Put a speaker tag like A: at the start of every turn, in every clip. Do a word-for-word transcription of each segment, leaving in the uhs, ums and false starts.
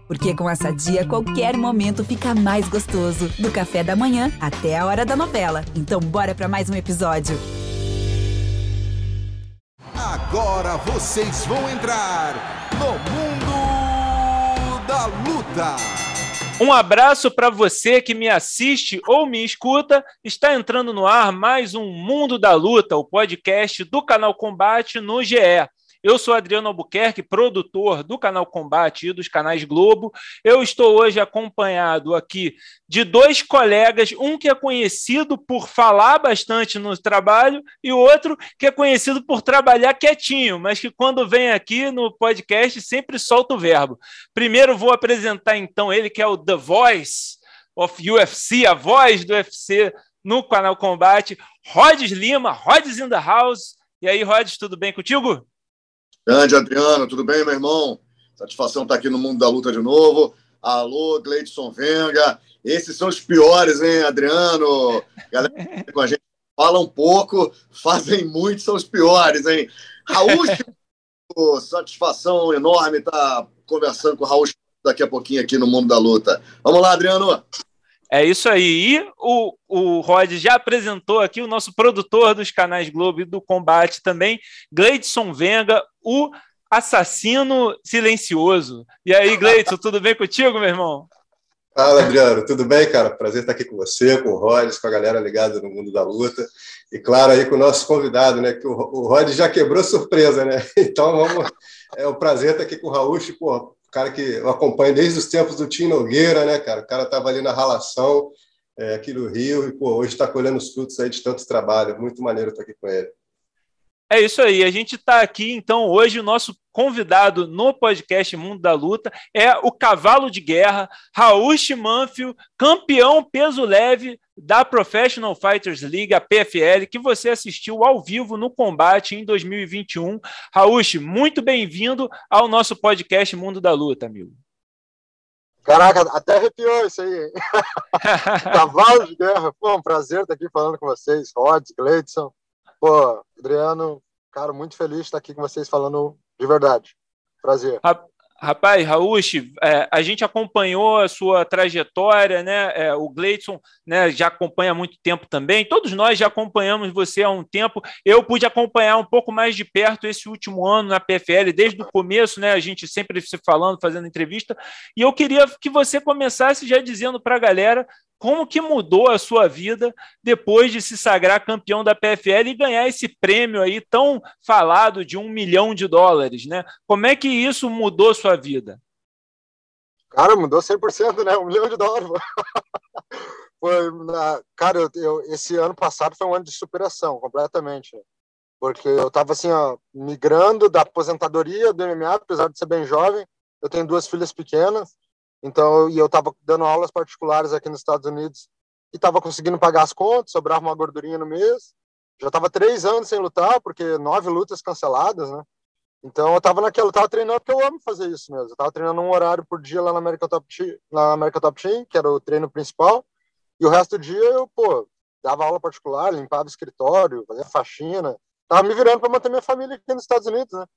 A: Porque com a Sadia, qualquer momento fica mais gostoso. Do café da manhã até a hora da novela. Então bora pra mais um episódio.
B: Agora vocês vão entrar no Mundo da Luta.
C: Um abraço para você que me assiste ou me escuta. Está entrando no ar mais um Mundo da Luta, o podcast do canal Combate no G E. Eu sou Adriano Albuquerque, produtor do canal Combate e dos canais Globo. Eu estou hoje acompanhado aqui de dois colegas, um que é conhecido por falar bastante no trabalho e o outro que é conhecido por trabalhar quietinho, mas que quando vem aqui no podcast sempre solta o verbo. Primeiro vou apresentar então ele, que é o The Voice of U F C, a voz do U F C no canal Combate, Rhodes Lima, Rhodes in the house. E aí, Rhodes, tudo bem contigo?
D: Grande Adriano, tudo bem, meu irmão? Satisfação estar aqui no Mundo da Luta de novo. Alô, Gleidson Venga. Esses são os piores, hein, Adriano? Galera que com a gente fala um pouco, fazem muito, são os piores, hein? Raul, satisfação enorme estar conversando com o Raul daqui a pouquinho aqui no Mundo da Luta. Vamos lá, Adriano.
C: É isso aí. E o, o Rhodes já apresentou aqui o nosso produtor dos canais Globo e do Combate também, Gleidson Venga, o assassino silencioso. E aí, Gleidson, tudo bem contigo, meu irmão?
E: Fala, Adriano. Tudo bem, cara? Prazer estar aqui com você, com o Rhodes, com a galera ligada no Mundo da Luta. E, claro, aí com o nosso convidado, né? Que o, o Rhodes já quebrou surpresa, né? Então, vamos... É um prazer estar aqui com o Raul, pô, cara que eu acompanho desde os tempos do Tim Nogueira, né, cara? O cara estava ali na ralação, é, aqui no Rio, e pô, hoje está colhendo os frutos aí de tanto trabalho. Muito maneiro estar aqui com ele.
C: É isso aí, a gente está aqui, então, hoje o nosso convidado no podcast Mundo da Luta é o cavalo de guerra, Raul Manfio, campeão peso leve da Professional Fighters League, a P F L, que você assistiu ao vivo no Combate em dois mil e vinte e um. Raul, muito bem-vindo ao nosso podcast Mundo da Luta, amigo.
F: Caraca, até arrepiou isso aí, hein? Cavalo de guerra, pô, um prazer estar aqui falando com vocês, Rhodes, Gleidson. Pô, Adriano, cara, muito feliz de estar aqui com vocês falando de verdade. Prazer.
C: Rapaz, Raul, é, a gente acompanhou a sua trajetória, né? É, o Gleidson, né, já acompanha há muito tempo também. Todos nós já acompanhamos você há um tempo. Eu pude acompanhar um pouco mais de perto esse último ano na P F L, desde o começo, né? A gente sempre se falando, fazendo entrevista. E eu queria que você começasse já dizendo para a galera como que mudou a sua vida depois de se sagrar campeão da P F L e ganhar esse prêmio aí tão falado de um milhão de dólares, né? Como é que isso mudou sua vida?
F: Cara, mudou cem por cento, né? Um milhão de dólares. Foi, na... Cara, eu, eu, esse ano passado foi um ano de superação, completamente. Porque eu tava assim, ó, migrando da aposentadoria do M M A, apesar de ser bem jovem. Eu tenho duas filhas pequenas. Então, e eu estava dando aulas particulares aqui nos Estados Unidos e estava conseguindo pagar as contas, sobrava uma gordurinha no mês. Já estava três anos sem lutar, porque nove lutas canceladas, né? Então, eu estava naquela, eu estava treinando porque eu amo fazer isso mesmo. Eu estava treinando um horário por dia lá na American Top Team, na American Top Team, que era o treino principal, e o resto do dia eu, pô, dava aula particular, limpava o escritório, fazia faxina. Tava me virando para manter minha família aqui nos Estados Unidos, né?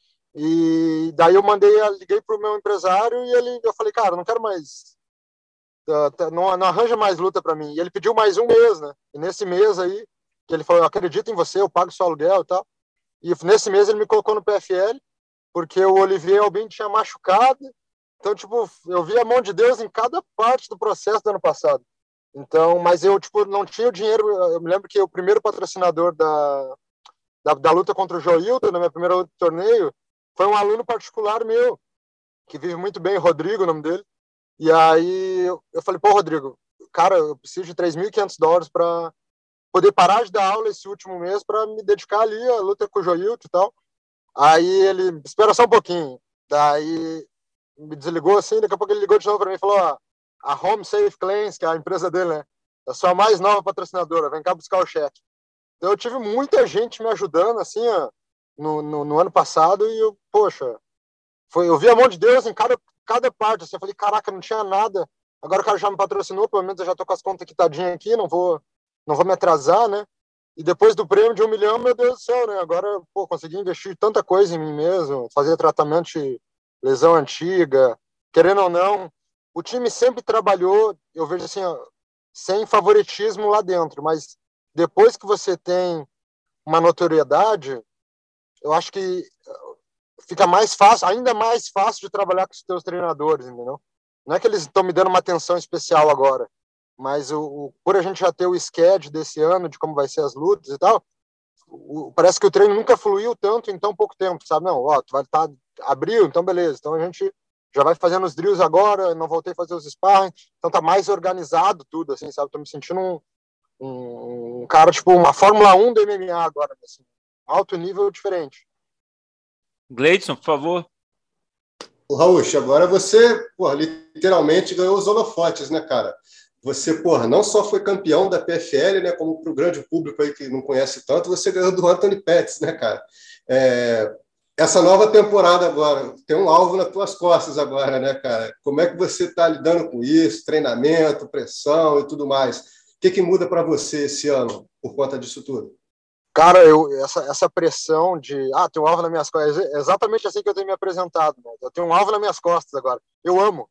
F: E daí eu mandei, liguei pro meu empresário e ele, eu falei, cara, não quero mais, uh, não, não arranja mais luta para mim. E ele pediu mais um mês, né? E nesse mês aí, que ele falou, eu acredito em você, eu pago seu aluguel e tal. E nesse mês ele me colocou no P F L, porque o Olivier Albin tinha machucado. Então, tipo, eu vi a mão de Deus em cada parte do processo do ano passado. Então, mas eu, tipo, não tinha o dinheiro. Eu me lembro que o primeiro patrocinador da, da, da luta contra o Joilton, no meu primeiro torneio, foi um aluno particular meu, que vive muito bem, Rodrigo, o nome dele. E aí eu falei, pô, Rodrigo, cara, eu preciso de três mil e quinhentos dólares para poder parar de dar aula esse último mês para me dedicar ali à luta com o Joilton e tal. Aí ele, espera só um pouquinho. Daí me desligou assim, daqui a pouco ele ligou de novo para mim e falou, ó, a Home Safe Claims, que é a empresa dele, né? É a sua mais nova patrocinadora, vem cá buscar o cheque. Então eu tive muita gente me ajudando, assim, ó, No, no, no ano passado, e eu, poxa, foi, eu vi a mão de Deus em cada, cada parte, assim, eu falei, caraca, não tinha nada, agora o cara já me patrocinou, pelo menos eu já tô com as contas quitadinhas aqui, não vou, não vou me atrasar, né, e depois do prêmio de um milhão, meu Deus do céu, né, agora, pô, consegui investir tanta coisa em mim mesmo, fazer tratamento de lesão antiga, querendo ou não, o time sempre trabalhou, eu vejo assim, ó, sem favoritismo lá dentro, mas depois que você tem uma notoriedade, eu acho que fica mais fácil, ainda mais fácil de trabalhar com os teus treinadores, entendeu? Não é que eles estão me dando uma atenção especial agora, mas o, o, por a gente já ter o schedule desse ano, de como vai ser as lutas e tal, o, parece que o treino nunca fluiu tanto em tão pouco tempo, sabe? Não, ó, tu vai estar abril, então beleza, então a gente já vai fazendo os drills agora, não voltei a fazer os sparring, então tá mais organizado tudo, assim, sabe? Tô me sentindo um, um, um cara, tipo, uma Fórmula um do M M A agora, assim, alto nível diferente.
C: Gleidson, por favor.
E: O Raul, agora você, porra, literalmente ganhou os holofotes, né, cara? Você, porra, não só foi campeão da P F L, né, como para o grande público aí que não conhece tanto, você ganhou do Anthony Pettis, né, cara? É, essa nova temporada agora, tem um alvo nas tuas costas agora, né, cara? Como é que você está lidando com isso? Treinamento, pressão e tudo mais. O que, que muda para você esse ano por conta disso tudo?
F: Cara, eu, essa, essa pressão de, ah, tem um alvo nas minhas costas, é exatamente assim que eu tenho me apresentado, né? Eu tenho um alvo nas minhas costas agora. Eu amo.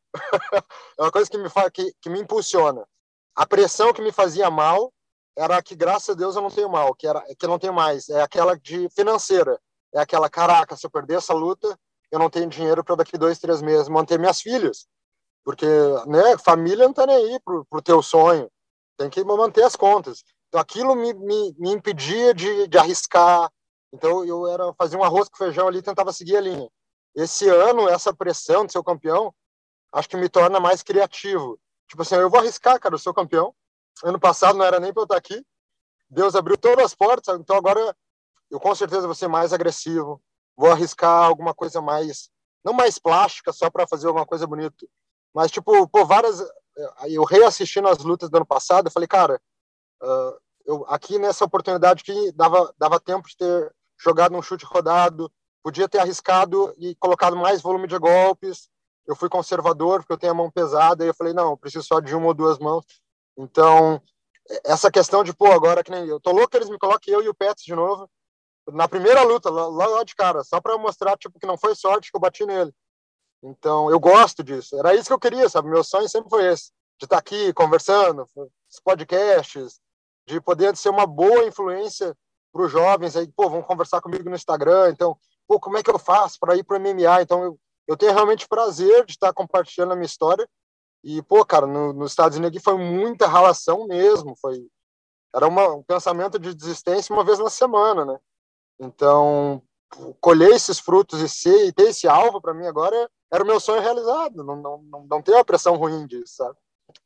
F: É uma coisa que me, fa... que, que me impulsiona. A pressão que me fazia mal era que, graças a Deus, eu não tenho mal, que, era, que eu não tenho mais. É aquela de financeira. É aquela, caraca, se eu perder essa luta, eu não tenho dinheiro para daqui dois, três meses manter minhas filhas. Porque, né, família não tá nem aí pro, pro teu sonho. Tem que manter as contas. Então, aquilo me, me, me impedia de, de arriscar. Então, eu era fazer um arroz com feijão ali e tentava seguir a linha. Esse ano, essa pressão de ser o campeão, acho que me torna mais criativo. Tipo assim, eu vou arriscar, cara, eu sou campeão. Ano passado não era nem para eu estar aqui. Deus abriu todas as portas, então agora eu com certeza vou ser mais agressivo. Vou arriscar alguma coisa mais, não mais plástica, só para fazer alguma coisa bonita. Mas, tipo, pô, várias... Eu reassistindo as lutas do ano passado, eu falei, cara... Uh, eu, aqui nessa oportunidade que dava, dava tempo de ter jogado um chute rodado, podia ter arriscado e colocado mais volume de golpes. Eu fui conservador porque eu tenho a mão pesada e eu falei, não, eu preciso só de uma ou duas mãos. Então, essa questão de, pô, agora que nem eu tô louco que eles me coloquem eu e o Pettis de novo na primeira luta, lá, lá de cara, só para mostrar tipo, que não foi sorte que eu bati nele. Então, eu gosto disso. Era isso que eu queria, sabe? Meu sonho sempre foi esse, de estar aqui conversando, os podcasts, de poder ser uma boa influência para os jovens aí, pô, vão conversar comigo no Instagram, então, pô, como é que eu faço para ir para o M M A? Então, eu, eu tenho realmente prazer de estar compartilhando a minha história e, pô, cara, no, nos Estados Unidos foi muita ralação mesmo, foi, era uma, um pensamento de desistência uma vez na semana, né? Então, colher esses frutos e, ser, e ter esse alvo para mim agora era o meu sonho realizado, não, não, não, não tem uma pressão ruim disso, sabe?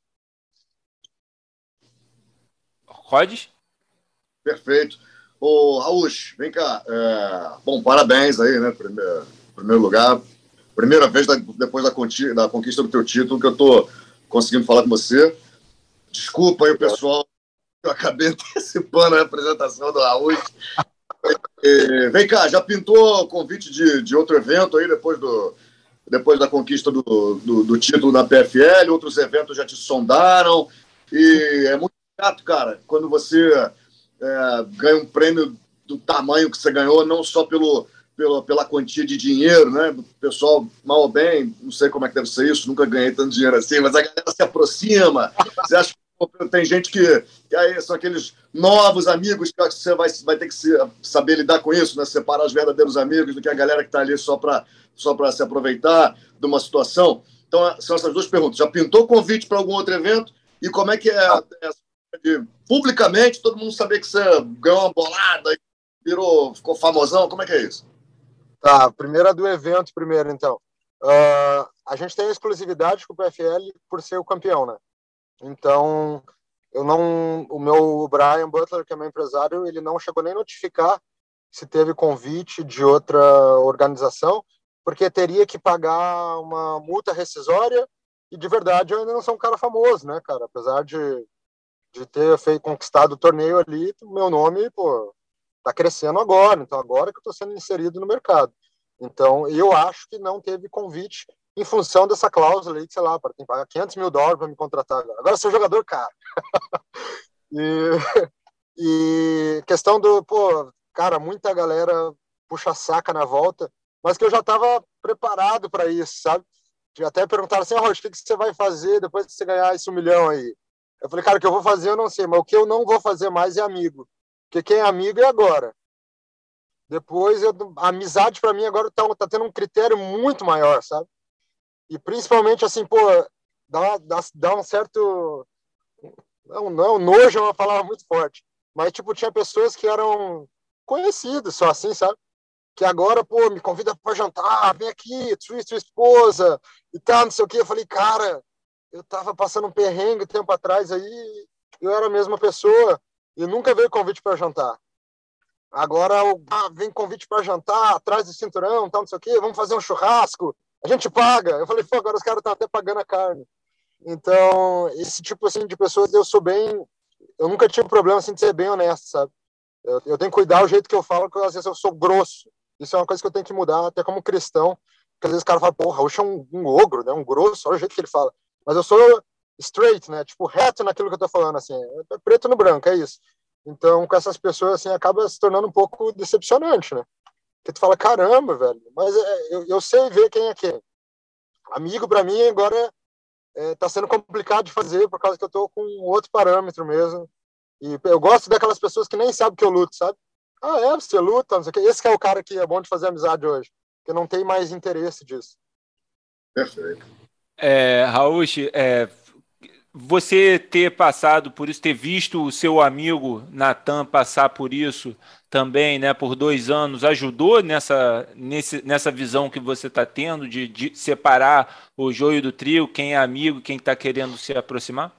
C: Rodes?
D: Perfeito. Ô, Raul, vem cá. É... Bom, parabéns aí, né? Primeiro, primeiro lugar. Primeira vez da, depois da, conti, da conquista do teu título que eu tô conseguindo falar com você. Desculpa aí, pessoal. Eu acabei antecipando a apresentação do Raul. E, vem cá, já pintou convite de, de outro evento aí depois, do, depois da conquista do, do, do título da P F L? Outros eventos já te sondaram? E é muito chato, cara, quando você é, ganha um prêmio do tamanho que você ganhou, não só pelo, pelo, pela quantia de dinheiro, né? O pessoal, mal ou bem, não sei como é que deve ser isso, nunca ganhei tanto dinheiro assim, mas a galera se aproxima. Você acha que tem gente que, que aí são aqueles novos amigos que você vai, vai ter que se, saber lidar com isso, né? Separar os verdadeiros amigos do que a galera que está ali só para só para se aproveitar de uma situação. Então, são essas duas perguntas. Já pintou convite para algum outro evento? E como é que é essa de, publicamente, todo mundo saber que você ganhou uma bolada, virou, ficou famosão? Como é que é isso?
F: Tá, primeira do evento primeiro, então. Uh, a gente tem exclusividade com o P F L por ser o campeão, né? Então, eu não, o meu Brian Butler, que é meu empresário, ele não chegou nem a notificar se teve convite de outra organização, porque teria que pagar uma multa rescisória e, de verdade, eu ainda não sou um cara famoso, né, cara? Apesar de, de ter feito, conquistado o torneio ali, meu nome, pô, tá crescendo agora, então agora que eu tô sendo inserido no mercado. Então, eu acho que não teve convite em função dessa cláusula aí, que, sei lá, para quem paga quinhentos mil dólares para me contratar agora. Agora eu sou jogador caro. e, e questão do, pô, cara, muita galera puxa saca na volta, mas que eu já estava preparado para isso, sabe? até perguntaram assim, Rocha, o que, que você vai fazer depois que você ganhar esse um milhão aí? Eu falei, cara, o que eu vou fazer eu não sei, mas o que eu não vou fazer mais é amigo. Porque quem é amigo é agora. Depois, eu, a amizade para mim agora tá, tá tendo um critério muito maior, sabe? E principalmente assim, pô, dá, dá, dá um certo... Não, não, nojo é uma palavra muito forte. Mas, tipo, tinha pessoas que eram conhecidas só assim, sabe? Que agora, pô, me convida para jantar, vem aqui, sua, sua esposa e tal, não sei o quê. Eu falei, cara, eu tava passando um perrengue tempo atrás aí, eu era a mesma pessoa e nunca veio convite para jantar. Agora ah, vem convite para jantar, atrás do cinturão, tal, não sei o quê, vamos fazer um churrasco, a gente paga. Eu falei, pô, agora os caras estão até pagando a carne. Então, esse tipo assim de pessoas eu sou bem, eu nunca tive problema assim de ser bem honesto, sabe? Eu, eu tenho que cuidar do jeito que eu falo, porque às vezes eu sou grosso. Isso é uma coisa que eu tenho que mudar, até como cristão, porque às vezes o cara fala, porra, Raúcho é um, um ogro, né? Um grosso, olha o jeito que ele fala. Mas eu sou straight, né? Tipo, reto naquilo que eu tô falando, assim, é preto no branco, é isso. Então, com essas pessoas, assim, acaba se tornando um pouco decepcionante, né? Porque tu fala, caramba, velho, mas é, eu, eu sei ver quem é quem. Amigo, pra mim, agora é, tá sendo complicado de fazer, por causa que eu tô com outro parâmetro mesmo. E eu gosto daquelas pessoas que nem sabem que eu luto, sabe? Ah, é, você luta, não sei o quê. Esse que é o cara que é bom de fazer amizade hoje, que não tem mais interesse disso.
D: Perfeito.
C: É, Raul, é, você ter passado por isso, ter visto o seu amigo Natan passar por isso também, né, por dois anos, ajudou nessa, nesse, nessa visão que você está tendo de, de separar o joio do trigo, quem é amigo, quem está querendo se aproximar?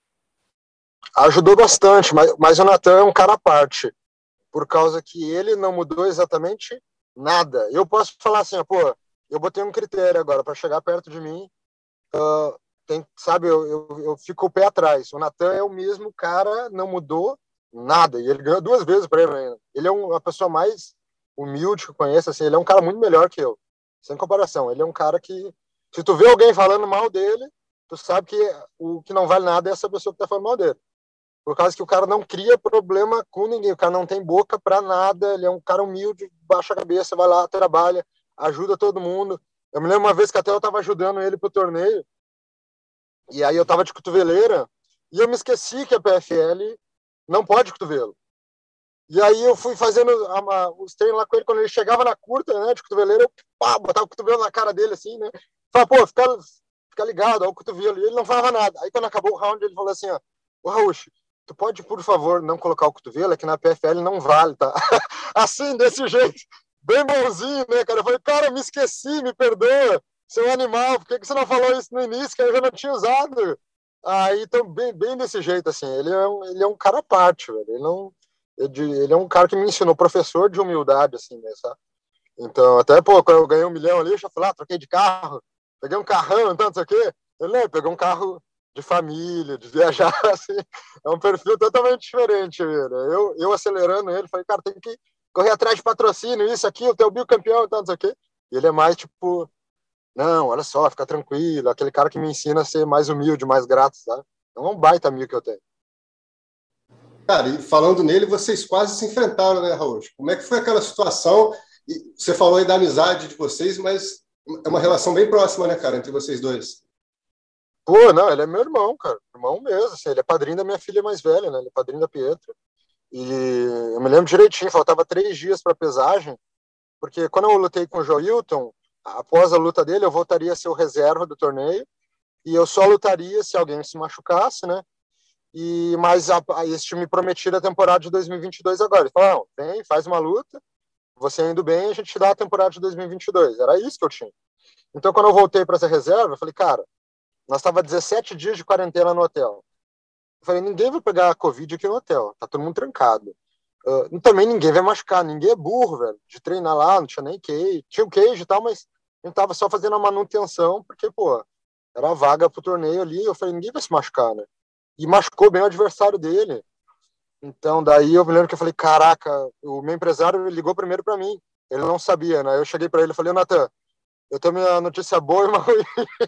F: Ajudou bastante, mas, mas o Natan é um cara à parte, por causa que ele não mudou exatamente nada. Eu posso falar assim, pô, eu botei um critério agora para chegar perto de mim, uh, tem, sabe, eu, eu, eu fico o pé atrás. O Natan é o mesmo cara, não mudou nada, e ele ganhou duas vezes para ele ainda. Ele é uma pessoa mais humilde que eu conheço, assim, ele é um cara muito melhor que eu, sem comparação. Ele é um cara que, se tu vê alguém falando mal dele, tu sabe que o que não vale nada é essa pessoa que tá falando mal dele. Por causa que o cara não cria problema com ninguém, o cara não tem boca pra nada, ele é um cara humilde, baixa a cabeça, vai lá, trabalha, ajuda todo mundo. Eu me lembro uma vez que até eu tava ajudando ele pro torneio, e aí eu tava de cotoveleira, e eu me esqueci que a P F L não pode cotovelo. E aí eu fui fazendo a, a, os treinos lá com ele, quando ele chegava na curta, né, de cotoveleira, eu pá, botava o cotovelo na cara dele, assim, né, falava, pô, fica, fica ligado, ó, o cotovelo, e ele não falava nada. Aí quando acabou o round, ele falou assim, ó, ô Raúcho, tu pode, por favor, não colocar o cotovelo, é que na P F L não vale, tá? Assim, desse jeito, bem bonzinho, né, cara? Eu falei, cara, me esqueci, me perdoa, seu animal, por que, que você não falou isso no início, que eu já não tinha usado? Aí, então, bem, bem desse jeito, assim, ele é um, ele é um cara à parte, velho, ele não... Ele é um cara que me ensinou, professor de humildade, assim, né, sabe? Então, até, pô, quando eu ganhei um milhão ali, eu já falei, ah, troquei de carro, peguei um carrão, então, não sei o quê. Ele, né, pegou um carro de família, de viajar, assim, é um perfil totalmente diferente, né? Eu, eu acelerando ele, falei, cara, tem que correr atrás de patrocínio, isso, aquilo, teu bicampeão, então, não sei o quê. E ele é mais, tipo, não, olha só, fica tranquilo, aquele cara que me ensina a ser mais humilde, mais grato, sabe? É um baita amigo que eu tenho.
E: Cara, e falando nele, vocês quase se enfrentaram, né, Raul? Como é que foi aquela situação? E você falou aí da amizade de vocês, mas é uma relação bem próxima, né, cara, entre vocês dois.
F: Pô, não, ele é meu irmão, cara. Irmão mesmo, assim, ele é padrinho da minha filha mais velha, né? Ele é padrinho da Pietra. E eu me lembro direitinho, faltava três dias para pesagem, porque quando eu lutei com o Joilton, após a luta dele, eu voltaria a ser o reserva do torneio, e eu só lutaria se alguém se machucasse, né? E, mas a, a, esse time prometia a temporada de dois mil e vinte e dois agora. Ele falou, não, vem, faz uma luta, você indo bem, a gente te dá a temporada de dois mil e vinte e dois. Era isso que eu tinha. Então, quando eu voltei para essa reserva, eu falei, cara, nós estava dezessete dias de quarentena no hotel. Eu falei, ninguém vai pegar a Covid aqui no hotel, tá todo mundo trancado. Uh, também ninguém vai machucar, ninguém é burro, velho, de treinar lá, não tinha nem cage, tinha o cage e tal, mas a gente tava só fazendo a manutenção, porque, pô, era vaga pro torneio ali, eu falei, ninguém vai se machucar, né? E machucou bem o adversário dele. Então, daí eu me lembro que eu falei, caraca, o meu empresário ligou primeiro para mim. Ele não sabia, né? Eu cheguei para ele e falei, Natan, eu tenho uma notícia boa e uma ruim.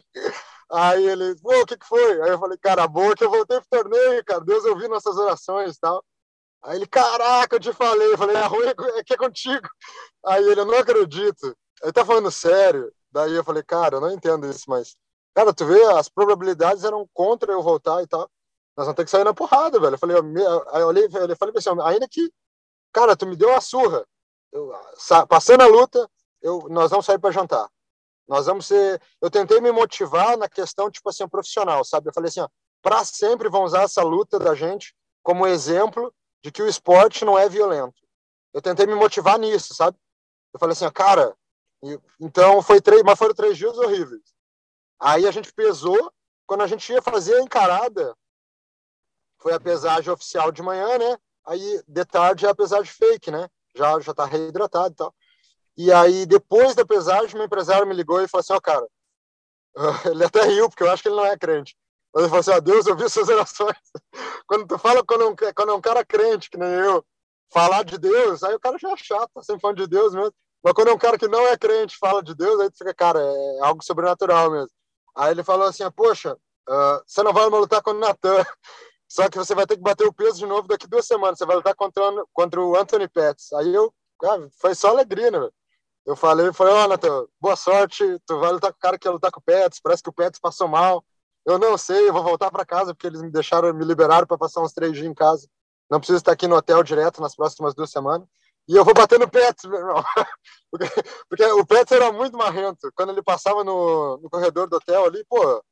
F: Aí ele, pô, o que que foi? Aí eu falei, cara, boa que eu voltei pro torneio, cara. Deus ouviu nossas orações e tal. Aí ele, caraca, eu te falei. Eu falei, a ruim é que é contigo. Aí ele, eu não acredito. Ele tá falando sério. Daí eu falei, cara, eu não entendo isso, mas... Cara, tu vê, as probabilidades eram contra eu voltar e tal. Nós vamos ter que sair na porrada, velho. Eu falei, eu, aí eu olhei, eu falei assim, ainda que, cara, tu me deu uma surra. Eu, passando a luta, eu, nós vamos sair para jantar. Nós vamos ser... Eu tentei me motivar na questão, tipo assim, profissional, sabe? Eu falei assim, ó, pra sempre vão usar essa luta da gente como exemplo de que o esporte não é violento. Eu tentei me motivar nisso, sabe? Eu falei assim, ó, cara, então foi três, mas foram três dias horríveis. Aí a gente pesou, quando a gente ia fazer a encarada, foi a pesagem oficial de manhã, né? Aí de tarde é a pesagem fake, né? Já, já tá reidratado e tal. E aí, depois da pesagem, meu empresário me ligou e falou assim, ó, oh, cara, ele até riu, porque eu acho que ele não é crente. Mas ele falou assim, ó, oh, Deus ouviu suas orações. Quando tu fala quando um, quando é um cara crente, que nem eu, falar de Deus, aí o cara já é chato, tá sempre falando de Deus mesmo. Mas quando é um cara que não é crente, fala de Deus, aí tu fica, cara, é algo sobrenatural mesmo. Aí ele falou assim, poxa, uh, você não vai lutar contra o Natan, só que você vai ter que bater o peso de novo daqui duas semanas, você vai lutar contra, contra o Anthony Pettis. Aí eu, cara, foi só alegria, né, velho? Eu falei, falei, ó, oh, Natan, boa sorte, tu vai lutar com o cara que ia lutar com o Pettis, parece que o Pettis passou mal. Eu não sei, eu vou voltar para casa, porque eles me deixaram, me liberaram para passar uns três dias em casa. Não preciso estar aqui no hotel direto nas próximas duas semanas. E eu vou bater no Pettis, meu irmão. Porque, porque o Pettis era muito marrento. Quando ele passava no, no corredor do hotel ali, pô,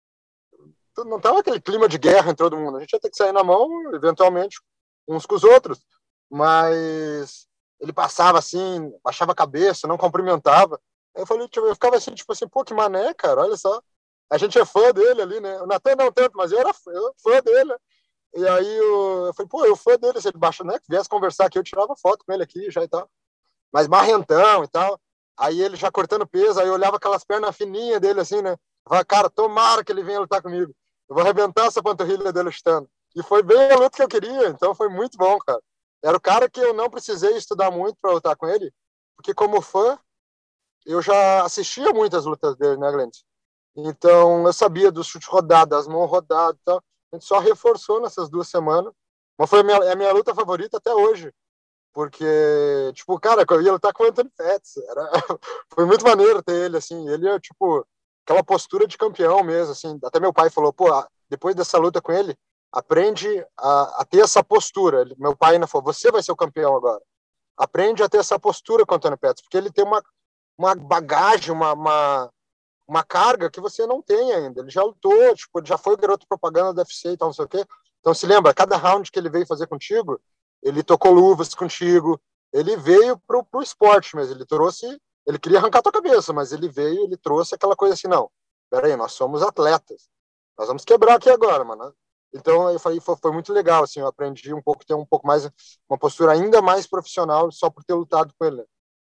F: não tava aquele clima de guerra em todo mundo. A gente ia ter que sair na mão, eventualmente, uns com os outros. Mas ele passava assim, baixava a cabeça, não cumprimentava. Aí eu falei, tipo, eu ficava assim, tipo assim, pô, que mané, cara, olha só. A gente é fã dele ali, né? O Natan não tanto, mas eu era fã, eu, fã dele, né? E aí eu, eu falei, pô, eu fã dele, se ele baixa, né? Que viesse conversar aqui, eu tirava foto com ele aqui já e tal. Mas marrentão e tal. Aí ele já cortando peso, aí eu olhava aquelas pernas fininhas dele assim, né? Eu falava, cara, tomara que ele venha lutar comigo. Eu vou arrebentar essa panturrilha dele chutando. E foi bem a luta que eu queria, então foi muito bom, cara. Era o cara que eu não precisei estudar muito para lutar com ele, porque como fã, eu já assistia muitas lutas dele, né, Glenn? Então eu sabia dos chutes rodados, das mãos rodadas e tal. A gente só reforçou nessas duas semanas. Mas foi a minha, é a minha luta favorita até hoje. Porque, tipo, cara, eu ia lutar com o Anthony Pettis. Era... foi muito maneiro ter ele, assim. Ele é, tipo, aquela postura de campeão mesmo, assim. Até meu pai falou, pô, depois dessa luta com ele, aprende a, a ter essa postura. Ele, meu pai ainda falou, você vai ser o campeão agora. Aprende a ter essa postura com o Anthony Pettis, porque ele tem uma, uma bagagem, uma, uma, uma carga que você não tem ainda. Ele já lutou, tipo, ele já foi garoto propaganda da U F C e tal, não sei o quê. Então, se lembra, cada round que ele veio fazer contigo, ele tocou luvas contigo, ele veio pro, pro esporte mesmo, ele trouxe, ele queria arrancar tua cabeça, mas ele veio, ele trouxe aquela coisa assim, não, peraí, nós somos atletas, nós vamos quebrar aqui agora, mano. Então, eu falei, foi, foi muito legal, assim, eu aprendi um pouco, ter um pouco mais, uma postura ainda mais profissional, só por ter lutado com ele.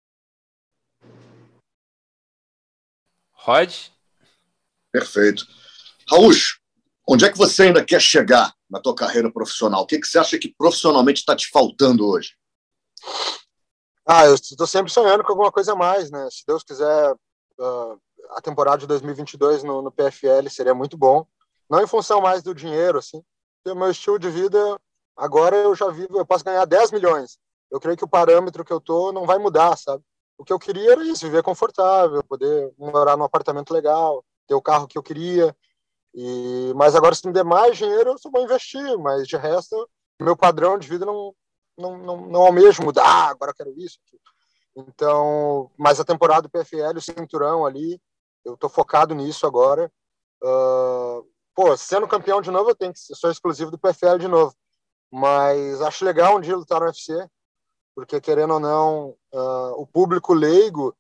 C: Rod?
D: Perfeito. Raul, onde é que você ainda quer chegar na tua carreira profissional? O que, que você acha que profissionalmente está te faltando hoje?
F: Ah, eu estou sempre sonhando com alguma coisa a mais, né? Se Deus quiser, uh, a temporada de dois mil e vinte e dois no, no P F L seria muito bom. Não em função mais do dinheiro, assim. Porque o meu estilo de vida, agora eu já vivo, eu posso ganhar dez milhões. Eu creio que o parâmetro que eu tô não vai mudar, sabe? O que eu queria era isso, viver confortável, poder morar num apartamento legal, ter o carro que eu queria. E, mas agora, se me der mais dinheiro, eu só vou investir. Mas, de resto, meu padrão de vida não, não, não, não almejo mudar. Ah, agora eu quero isso. Aqui. Então, mas a temporada do P F L, o cinturão ali, eu tô focado nisso agora. Uh, pô, sendo campeão de novo, eu tenho que ser sou exclusivo do P F L de novo. Mas acho legal um dia lutar no U F C, porque, querendo ou não, uh, o público leigo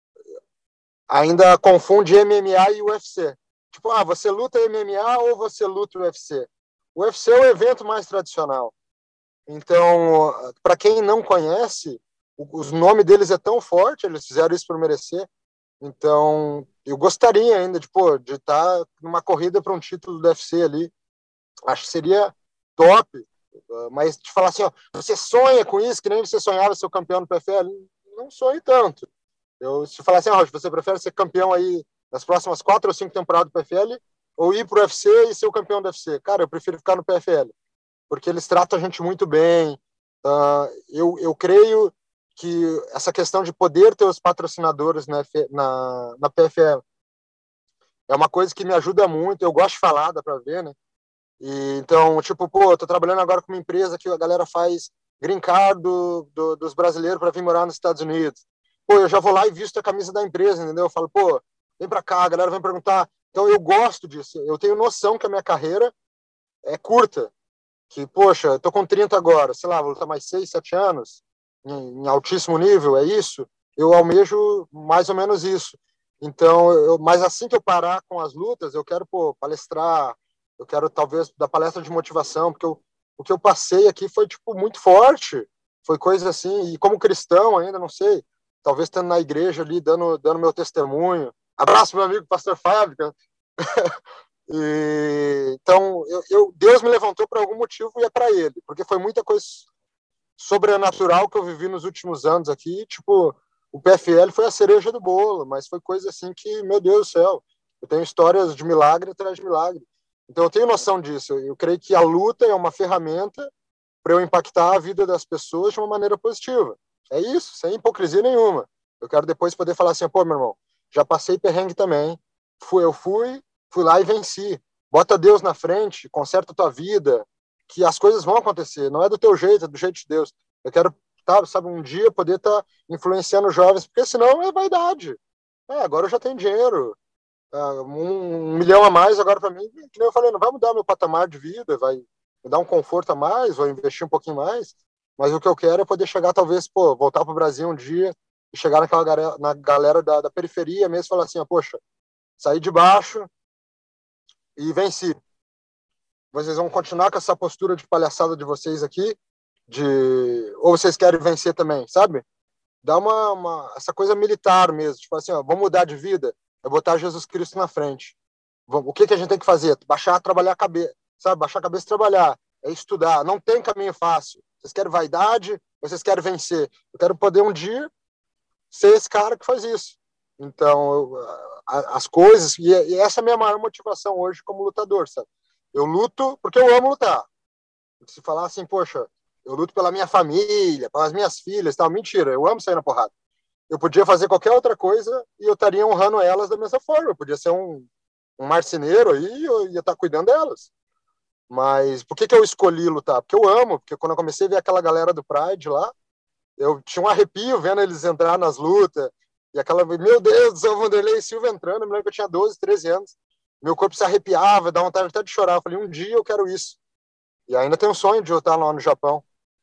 F: ainda confunde M M A e U F C. Tipo, ah, você luta M M A ou você luta U F C? O U F C é o evento mais tradicional. Então, para quem não conhece, os nomes deles é tão forte, eles fizeram isso por merecer. Então, eu gostaria ainda de, pô, de estar numa corrida para um título do U F C ali. Acho que seria top. Mas te falar assim, ó, você sonha com isso, que nem você sonhava ser o campeão do P F L? Não sonho tanto. Eu, se falar assim, ó, você prefere ser campeão aí nas próximas quatro ou cinco temporadas do P F L, ou ir pro U F C e ser o campeão do U F C? Cara, eu prefiro ficar no P F L, porque eles tratam a gente muito bem. Uh, eu, eu creio que essa questão de poder ter os patrocinadores na, na, na P F L é uma coisa que me ajuda muito, eu gosto de falar, dá pra ver, né? E, então, tipo, pô, eu tô trabalhando agora com uma empresa que a galera faz green card do, do, dos brasileiros para vir morar nos Estados Unidos. Pô, eu já vou lá e visto a camisa da empresa, entendeu? Eu falo, pô, vem pra cá, a galera vem perguntar. Então, eu gosto disso, eu tenho noção que a minha carreira é curta, que, poxa, eu tô com trinta agora, sei lá, vou lutar mais seis, sete anos, em, em altíssimo nível, é isso? Eu almejo mais ou menos isso. Então, eu, mas assim que eu parar com as lutas, eu quero, pô, palestrar, eu quero talvez dar palestra de motivação, porque eu, o que eu passei aqui foi, tipo, muito forte, foi coisa assim, e como cristão ainda, não sei, talvez estando na igreja ali, dando, dando meu testemunho. Abraço, meu amigo, pastor Fábio. E, então, eu, eu, Deus me levantou por algum motivo e é para ele, porque foi muita coisa sobrenatural que eu vivi nos últimos anos aqui, tipo, o P F L foi a cereja do bolo, mas foi coisa assim que, meu Deus do céu, eu tenho histórias de milagre atrás de milagre. Então eu tenho noção disso, eu creio que a luta é uma ferramenta para eu impactar a vida das pessoas de uma maneira positiva. É isso, sem hipocrisia nenhuma. Eu quero depois poder falar assim, pô, meu irmão, já passei perrengue também, fui, eu fui, fui lá e venci. Bota Deus na frente, conserta a tua vida, que as coisas vão acontecer. Não é do teu jeito, é do jeito de Deus. Eu quero, tá, sabe, um dia poder estar tá influenciando jovens, porque senão é vaidade. É, agora eu já tenho dinheiro, uh, um, um milhão a mais agora para mim, que nem eu falei, não vai mudar meu patamar de vida, vai me dar um conforto a mais, vou investir um pouquinho mais, mas o que eu quero é poder chegar, talvez, pô, voltar para o Brasil um dia e chegar naquela galera, na galera da, da periferia mesmo e falar assim, ah, poxa, saí de baixo e venci. Vocês vão continuar com essa postura de palhaçada de vocês aqui, de ou vocês querem vencer também, sabe? Dá uma, uma essa coisa militar mesmo, tipo assim, ó, vamos mudar de vida, é botar Jesus Cristo na frente. O que que a gente tem que fazer? Baixar, trabalhar a cabeça, sabe? Baixar a cabeça e trabalhar, é estudar. Não tem caminho fácil. Vocês querem vaidade, vocês querem vencer. Eu quero poder um dia ser esse cara que faz isso. Então, eu, as coisas, e essa é a minha maior motivação hoje como lutador, sabe? Eu luto porque eu amo lutar. Se falar assim, poxa, eu luto pela minha família, pelas minhas filhas, tal, mentira, eu amo sair na porrada. Eu podia fazer qualquer outra coisa e eu estaria honrando elas da mesma forma. Eu podia ser um, um marceneiro aí e eu ia estar cuidando delas. Mas por que que eu escolhi lutar? Porque eu amo, porque quando eu comecei a ver aquela galera do Pride lá, eu tinha um arrepio vendo eles entrar nas lutas, e aquela, meu Deus do céu, Vanderlei Silva entrando, eu me lembro que eu tinha doze, treze anos, meu corpo se arrepiava, dava vontade até de chorar. Eu falei, um dia eu quero isso. E ainda tenho um sonho de lutar lá no Japão.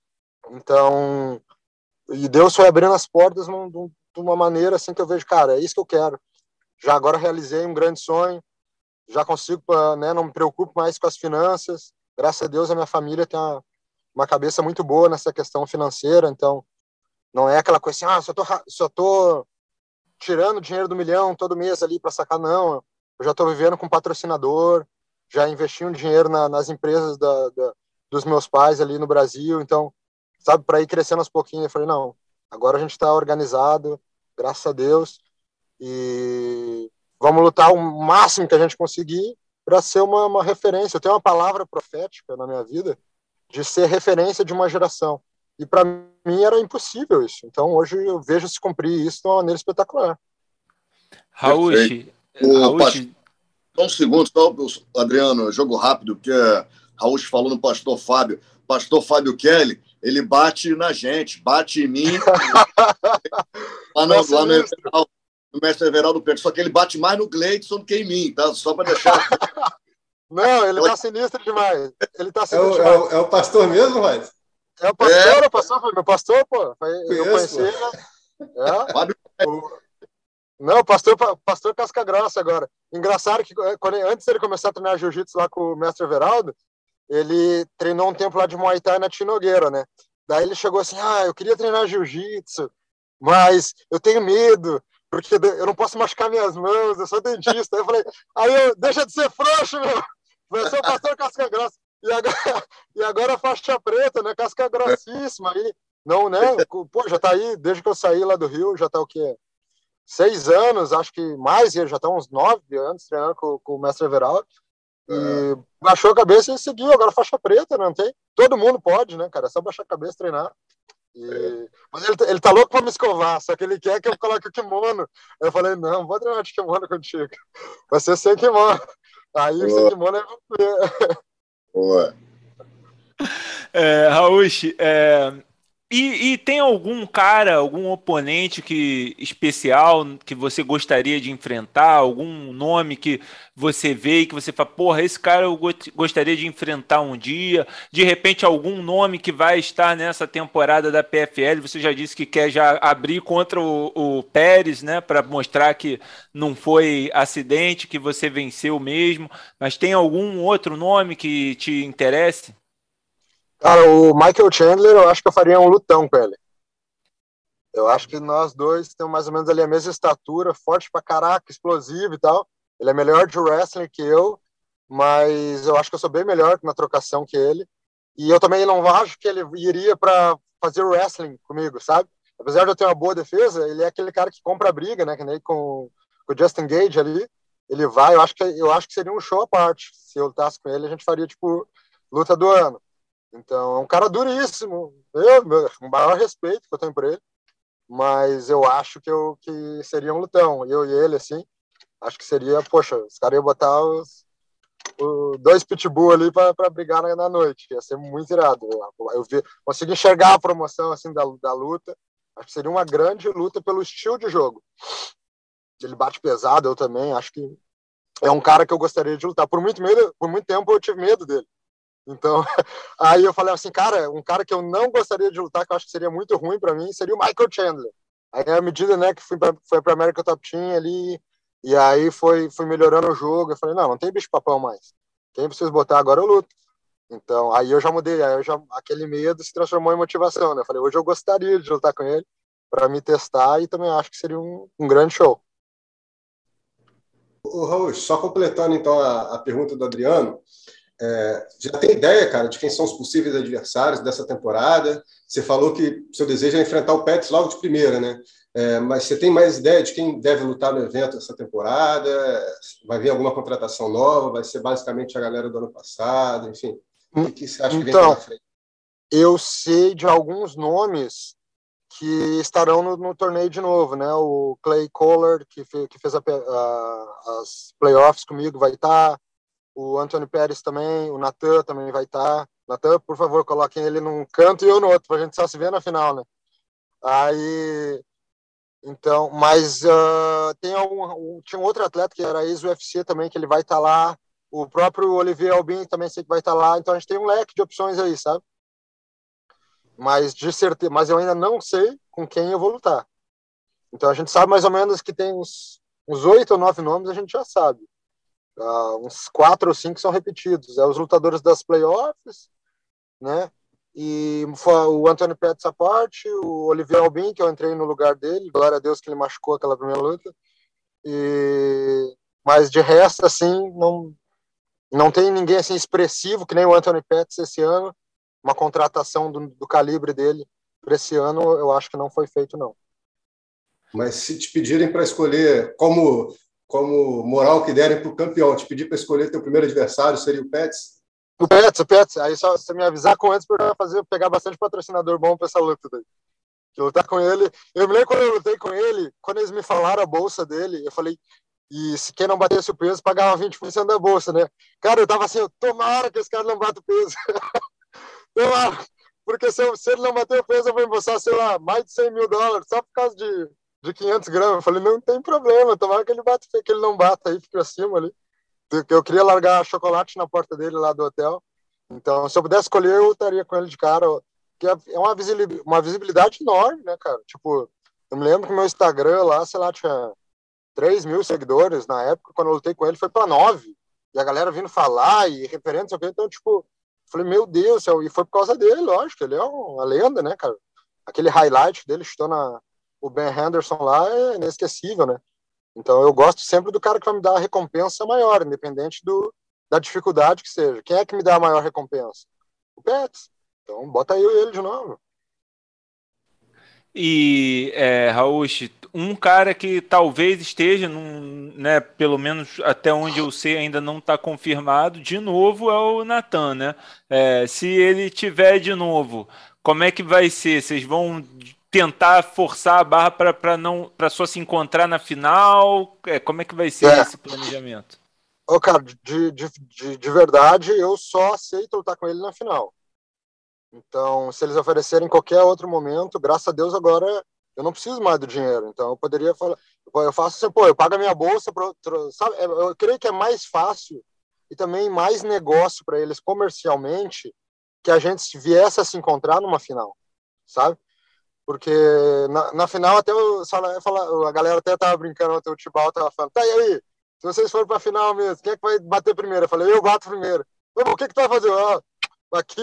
F: Então, e Deus foi abrindo as portas num, num, de uma maneira assim que eu vejo, cara, é isso que eu quero. Já agora realizei um grande sonho, já consigo, né, não me preocupo mais com as finanças. Graças a Deus a minha família tem uma, uma cabeça muito boa nessa questão financeira, então não é aquela coisa assim, ah, só tô, só tô tirando dinheiro do milhão todo mês ali para sacar, não. Eu já estou vivendo com patrocinador, já investi um dinheiro na, nas empresas da, da, dos meus pais ali no Brasil, então, sabe, para ir crescendo aos pouquinhos. Eu falei, não, agora a gente está organizado, graças a Deus, e vamos lutar o máximo que a gente conseguir para ser uma, uma referência. Eu tenho uma palavra profética na minha vida de ser referência de uma geração, e para mim era impossível isso. Então, hoje eu vejo se cumprir isso de uma maneira espetacular.
C: Raul,
D: Raul, só um segundo, só, Adriano, jogo rápido, porque Raul falou no pastor Fábio. Pastor Fábio Kelly, ele bate na gente, bate em mim. lá no, lá no, Everaldo, no mestre Everaldo Pedro, só que ele bate mais no Gleidson do que em mim, tá? Só para deixar.
F: Não, ele tá sinistro demais. Ele tá sinistro
E: é, o,
F: demais.
E: É, o, é o pastor mesmo, Rod?
F: É o pastor, é o pastor, foi meu pastor, pô. Foi, eu conheci ele. É.
D: Fábio.
F: Não, pastor, pastor Casca Grossa agora. Engraçado que quando, antes dele começar a treinar jiu-jitsu lá com o mestre Everaldo, ele treinou um tempo lá de Muay Thai na Tinogueira, né? Daí ele chegou assim, ah, eu queria treinar jiu-jitsu, mas eu tenho medo, porque eu não posso machucar minhas mãos, eu sou dentista. Aí eu falei, aí eu, deixa de ser frouxo, meu. Vai ser o pastor Casca Grossa. E agora, e agora faixa preta, né? Casca grossíssima aí. Não, né? Pô, já tá aí, desde que eu saí lá do Rio, já tá o quê? Seis anos, acho que mais, ele já tá uns nove anos treinando com, com o mestre Everaldo. E é. Baixou a cabeça e seguiu, agora faixa preta, não tem? Todo mundo pode, né, cara? É só baixar a cabeça e treinar. E... Mas ele, ele tá louco pra me escovar, só que ele quer que eu coloque o kimono. Eu falei, não, vou treinar de kimono contigo. Vai ser sem kimono. Aí o sem kimono é você.
D: Boa.
C: É, Raul, é, e, e tem algum cara, algum oponente que especial que você gostaria de enfrentar? Algum nome que você vê e que você fala, porra, esse cara eu go- gostaria de enfrentar um dia? De repente, algum nome que vai estar nessa temporada da P F L? Você já disse que quer já abrir contra o, o Pérez, né, para mostrar que não foi acidente, que você venceu mesmo. Mas tem algum outro nome que te interesse?
F: Cara, o Michael Chandler, eu acho que eu faria um lutão com ele. Eu acho que nós dois temos mais ou menos ali a mesma estatura, forte pra caraca, explosivo e tal. Ele é melhor de wrestling que eu, mas eu acho que eu sou bem melhor na trocação que ele. E eu também não acho que ele iria para fazer wrestling comigo, sabe? Apesar de eu ter uma boa defesa, ele é aquele cara que compra a briga, né? Que nem com, com o Justin Gage ali. Ele vai, eu acho, que, eu acho que seria um show à parte. Se eu lutasse com ele, a gente faria, tipo, luta do ano. Então, é um cara duríssimo. Eu, meu, o maior respeito que eu tenho por ele. Mas eu acho que, eu, que seria um lutão. Eu e ele, assim, acho que seria, poxa, os caras iam botar os, os dois pitbull ali para brigar na, na noite. Ia ser muito irado. Eu, eu vi, consegui enxergar a promoção, assim, da, da luta. Acho que seria uma grande luta pelo estilo de jogo. Ele bate pesado, eu também. Acho que é um cara que eu gostaria de lutar. Por muito, medo, por muito tempo eu tive medo dele. Então, aí eu falei assim, cara, um cara que eu não gostaria de lutar, que eu acho que seria muito ruim para mim, seria o Michael Chandler. Aí, à medida, né, que fui pra, foi para America Top Team ali, e aí foi, foi melhorando o jogo, eu falei, não, não tem bicho-papão mais. Quem precisa botar agora eu luto. Então, aí eu já mudei, aí eu já, aquele medo se transformou em motivação, né? Eu falei, hoje eu gostaria de lutar com ele, para me testar, e também acho que seria um, um grande show.
E: Ô, Raul, só completando então a, a pergunta do Adriano, é, já tem ideia, cara, de quem são os possíveis adversários dessa temporada? Você falou que seu desejo é enfrentar o Pets logo de primeira, né? É, mas você tem mais ideia de quem deve lutar no evento essa temporada? Vai vir alguma contratação nova? Vai ser basicamente a galera do ano passado? Enfim, o que, que você acha que vem
F: Então,
E: pela frente?
F: eu sei de alguns nomes que estarão no, no torneio de novo, né? O Clay Collard, que, fe, que fez a, a, as playoffs comigo, vai estar. O Anthony Pérez também, o Natan também vai estar. Natan, por favor, coloquem ele num canto e eu no outro, pra gente só se ver na final, né? Aí, então, mas uh, tem um, um, tinha um outro atleta que era ex-U F C também, que ele vai estar lá. O próprio Olivier Albin também sei que vai estar lá. Então a gente tem um leque de opções aí, sabe? Mas de certeza, mas eu ainda não sei com quem eu vou lutar. Então a gente sabe mais ou menos que tem uns uns oito ou nove nomes, a gente já sabe. Uh, uns quatro ou cinco são repetidos. É os lutadores das playoffs, né? E o Anthony Pettis à parte, o Olivier Albin, que eu entrei no lugar dele, glória a Deus que ele machucou aquela primeira luta. E... Mas de resto, assim, não, não tem ninguém assim expressivo que nem o Anthony Pettis esse ano. Uma contratação do, do calibre dele para esse ano, eu acho que não foi feito, não.
E: Mas se te pedirem para escolher como... como moral que derem para o campeão, te pedir para escolher teu primeiro adversário, seria o Pets?
F: O Pets, o Pets. Aí só você me avisar com antes para fazer pegar bastante patrocinador bom para essa luta daí. Que lutar com ele. Eu me lembro quando eu lutei com ele, quando eles me falaram a bolsa dele, eu falei, e se quem não batesse o peso pagava vinte por cento da bolsa, né? Cara, eu tava assim, tomara que esse cara não bata o peso. Tomara. Porque se, eu, se ele não bater o peso, eu vou embolsar, sei lá, mais de cem mil dólares, só por causa de de quinhentos gramas. Eu falei, não tem problema, tomara que ele bata, que ele não bata aí, fica acima ali. Eu queria largar chocolate na porta dele lá do hotel. Então, se eu pudesse escolher, eu estaria com ele de cara. Que é uma visibilidade, uma visibilidade enorme, né, cara? Tipo, eu me lembro que meu Instagram lá, sei lá, tinha três mil seguidores. Na época, quando eu lutei com ele, foi para nove. E a galera vindo falar e referentes, sei o quê. Então, tipo, falei, meu Deus, e foi por causa dele, lógico. Ele é uma lenda, né, cara? Aquele highlight dele, chutou na o Ben Henderson lá é inesquecível, né? Então eu gosto sempre do cara que vai me dar a recompensa maior, independente do, da dificuldade que seja. Quem é que me dá a maior recompensa? O Pets. Então bota aí ele de novo.
C: E, é, Raul, um cara que talvez esteja, num, né, pelo menos até onde eu sei, ainda não está confirmado, de novo é o Nathan, né? É, se ele tiver de novo, como é que vai ser? Vocês vão tentar forçar a barra para não para só se encontrar na final? É, como é que vai ser
F: É.
C: esse planejamento?
F: Ô, cara, de, de, de, de verdade, eu só aceito lutar com ele na final. Então, se eles oferecerem em qualquer outro momento, graças a Deus agora eu não preciso mais do dinheiro. Então, eu poderia falar, eu faço assim, pô, eu pago a minha bolsa, pro, sabe? Eu creio que é mais fácil e também mais negócio para eles comercialmente que a gente viesse a se encontrar numa final, sabe? Porque na, na final até eu, a galera até tava brincando, o Tibau tava falando, tá, e aí? Se vocês forem pra final mesmo, quem é que vai bater primeiro? Eu falei, eu bato primeiro. Mas, o que que tu vai fazer? Ó, aqui,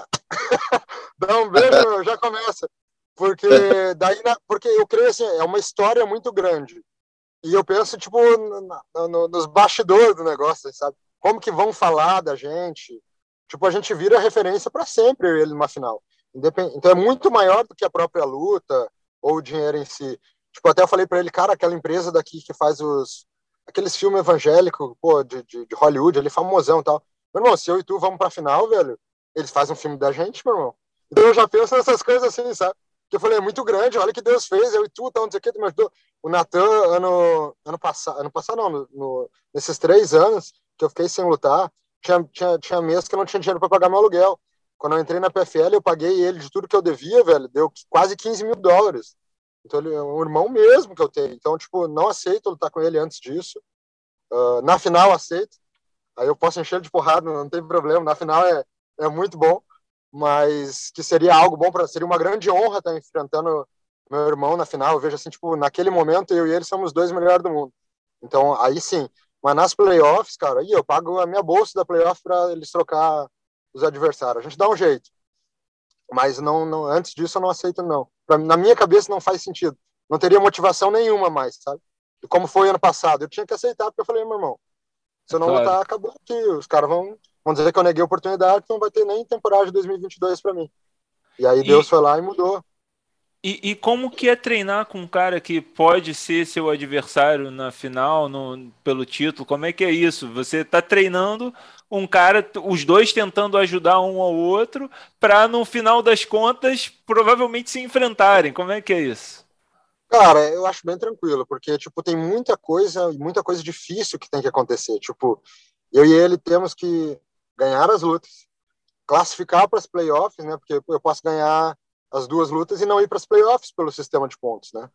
F: dá um beijo, meu, já começa. Porque daí, porque eu creio assim, é uma história muito grande. E eu penso, tipo, no, no, nos bastidores do negócio, sabe? Como que vão falar da gente? Tipo, a gente vira referência para sempre ele numa final. Então é muito maior do que a própria luta ou o dinheiro em si. Tipo, até eu falei para ele, cara, aquela empresa daqui que faz os aqueles filmes evangélicos, pô, de, de, de Hollywood, ele é famosão e tal. Meu irmão, se eu e tu vamos pra final, velho, eles fazem um filme da gente, meu irmão. Então eu já penso nessas coisas assim, sabe? Que eu falei, é muito grande, olha o que Deus fez, eu e tu, tal, não sei o que, tu me ajudou. O Nathan, ano, ano passado, ano passado não, no, no, nesses três anos que eu fiquei sem lutar, tinha, tinha, tinha mês que eu não tinha dinheiro pra pagar meu aluguel. Quando eu entrei na P F L, eu paguei ele de tudo que eu devia, velho, deu quase quinze mil dólares. Então ele é um irmão mesmo que eu tenho. Então, tipo, não aceito lutar com ele antes disso. Uh, na final, aceito. Aí eu posso encher ele de porrada, não tem problema. Na final é, é muito bom. Mas que seria algo bom, para seria uma grande honra estar enfrentando meu irmão na final. Eu vejo assim, tipo, naquele momento eu e ele somos os dois melhores do mundo. Então, aí sim. Mas nas playoffs, cara, aí eu pago a minha bolsa da playoff para eles trocar os adversários. A gente dá um jeito. Mas não, não, antes disso eu não aceito, não. Pra, na minha cabeça não faz sentido. Não teria motivação nenhuma mais, sabe? E como foi ano passado. Eu tinha que aceitar, porque eu falei, meu irmão, se eu não
C: Claro.
F: lutar, acabou aqui. Os caras vão, vão dizer que eu neguei a oportunidade, que não vai ter nem temporada de dois mil e vinte e dois pra mim. E aí
C: E-
F: Deus foi lá e mudou.
C: E, e como que é treinar com um cara que pode ser seu adversário na final, no, pelo título? Como é que é isso? Você está treinando um cara, os dois tentando ajudar um ao outro, para no final das contas provavelmente se enfrentarem. Como é que é isso?
F: Cara, eu acho bem tranquilo, porque, tipo, tem muita coisa, muita coisa difícil que tem que acontecer. Tipo, eu e ele temos que ganhar as lutas, classificar para as playoffs, né? Porque eu posso ganhar as duas lutas e não ir para as playoffs pelo sistema de pontos, né?